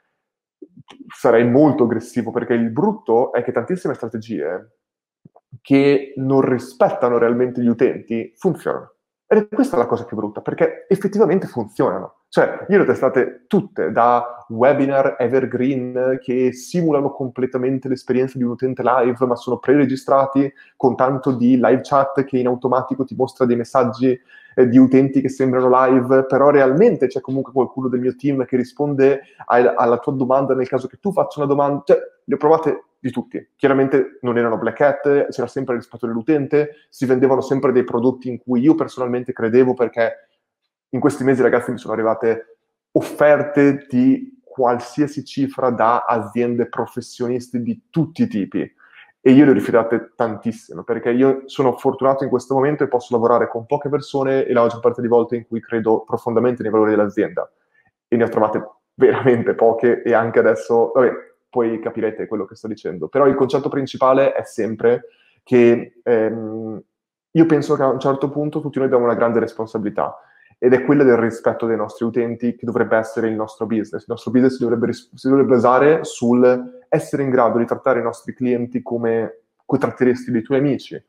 sarei molto aggressivo, perché il brutto è che tantissime strategie che non rispettano realmente gli utenti funzionano. Ed è questa la cosa più brutta, perché effettivamente funzionano. Cioè, io le ho testate tutte, da webinar evergreen che simulano completamente l'esperienza di un utente live, ma sono pre-registrati con tanto di live chat che in automatico ti mostra dei messaggi eh, di utenti che sembrano live, però realmente c'è comunque qualcuno del mio team che risponde a- alla tua domanda nel caso che tu faccia una domanda. Cioè, le ho provate di tutti. Chiaramente non erano black hat, c'era sempre il rispetto dell'utente, si vendevano sempre dei prodotti in cui io personalmente credevo, perché in questi mesi, ragazzi, mi sono arrivate offerte di qualsiasi cifra da aziende professionisti di tutti i tipi. E io le ho rifiutate tantissimo, perché io sono fortunato in questo momento e posso lavorare con poche persone e la maggior parte di volte in cui credo profondamente nei valori dell'azienda. E ne ho trovate veramente poche e anche adesso, vabbè, poi capirete quello che sto dicendo. Però il concetto principale è sempre che ehm, io penso che a un certo punto tutti noi abbiamo una grande responsabilità ed è quella del rispetto dei nostri utenti che dovrebbe essere il nostro business. Il nostro business si dovrebbe, si dovrebbe basare sul essere in grado di trattare i nostri clienti come tratteresti dei tuoi amici.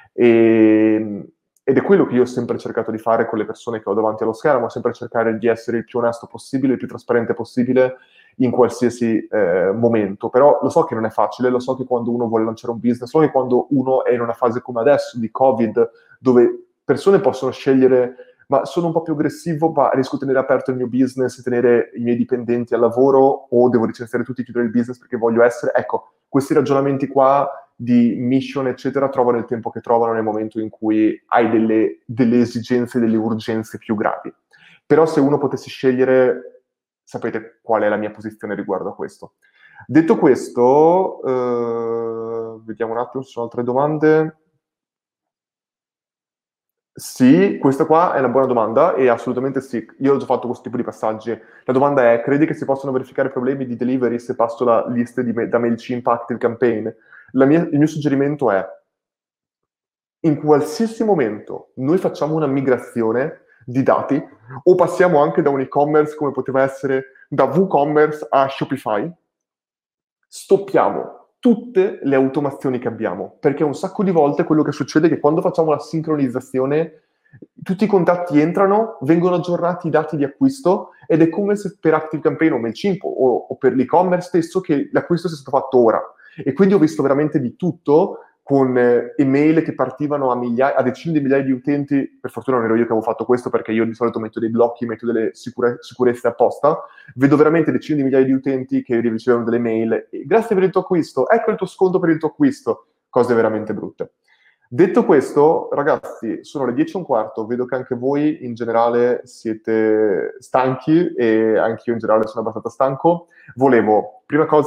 E, ed è quello che io ho sempre cercato di fare con le persone che ho davanti allo schermo, sempre cercare di essere il più onesto possibile, il più trasparente possibile in qualsiasi eh, momento. Però lo so che non è facile, lo so che quando uno vuole lanciare un business, lo so che quando uno è in una fase come adesso di Covid, dove persone possono scegliere ma sono un po' più aggressivo, ma riesco a tenere aperto il mio business e tenere i miei dipendenti al lavoro o devo licenziare tutti e chiudere il business perché voglio essere... Ecco, questi ragionamenti qua di mission, eccetera, trovano il tempo che trovano nel momento in cui hai delle, delle esigenze, delle urgenze più gravi. Però se uno potesse scegliere, sapete qual è la mia posizione riguardo a questo. Detto questo, eh, vediamo un attimo se ci sono altre domande. Sì, questa qua è una buona domanda e assolutamente sì. Io ho già fatto questo tipo di passaggi. La domanda è, credi che si possano verificare problemi di delivery se passo la lista di ma- da MailChimp Active Campaign? La mia- il mio suggerimento è, in qualsiasi momento noi facciamo una migrazione di dati o passiamo anche da un e-commerce come poteva essere da WooCommerce a Shopify, stoppiamo tutte le automazioni che abbiamo, perché un sacco di volte quello che succede è che quando facciamo la sincronizzazione tutti i contatti entrano, vengono aggiornati i dati di acquisto ed è come se per ActiveCampaign o MailChimp o, o per l'e-commerce stesso che l'acquisto sia stato fatto ora. E quindi ho visto veramente di tutto con eh, email che partivano a, migliaia, a decine di migliaia di utenti. Per fortuna non ero io che avevo fatto questo perché io di solito metto dei blocchi, metto delle sicure- sicurezze apposta. Vedo veramente decine di migliaia di utenti che ricevevano delle mail. Grazie per il tuo acquisto, ecco il tuo sconto per il tuo acquisto. Cose veramente brutte. Detto questo, ragazzi, sono le dieci e un quarto, vedo che anche voi in generale siete stanchi e anche io in generale sono abbastanza stanco. Volevo, prima cosa,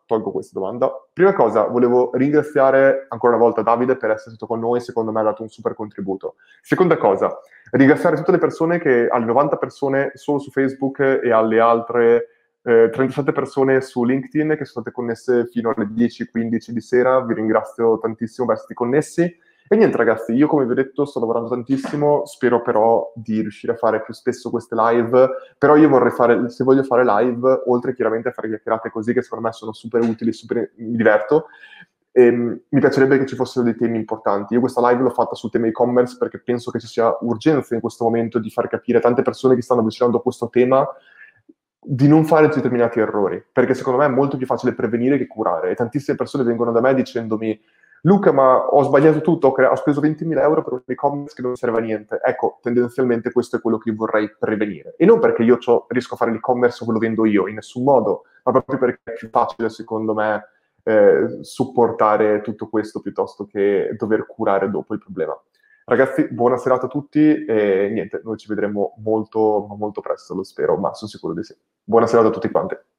tolgo questa domanda. Prima cosa, volevo ringraziare ancora una volta Davide per essere stato con noi, secondo me ha dato un super contributo. Seconda cosa, ringraziare tutte le persone che, alle novanta persone solo su Facebook e alle altre eh, trentasette persone su LinkedIn che sono state connesse fino alle dieci quindici di sera, vi ringrazio tantissimo per essere connessi. E niente ragazzi, io come vi ho detto sto lavorando tantissimo, spero però di riuscire a fare più spesso queste live, però io vorrei fare, se voglio fare live, oltre chiaramente a fare chiacchierate così, che secondo me sono super utili, super, mi diverto, ehm, mi piacerebbe che ci fossero dei temi importanti. Io questa live l'ho fatta sul tema e-commerce perché penso che ci sia urgenza in questo momento di far capire a tante persone che stanno avvicinando a questo tema di non fare determinati errori, perché secondo me è molto più facile prevenire che curare. E tantissime persone vengono da me dicendomi Luca, ma ho sbagliato tutto, ho, crea- ho speso ventimila euro per un e-commerce che non serve a niente. Ecco, tendenzialmente questo è quello che io vorrei prevenire. E non perché io c'ho- riesco a fare l'e-commerce o ve lo vendo io, in nessun modo, ma proprio perché è più facile, secondo me, eh, supportare tutto questo piuttosto che dover curare dopo il problema. Ragazzi, buona serata a tutti e niente, noi ci vedremo molto, molto presto, lo spero, ma sono sicuro di sì. Buona serata a tutti quanti.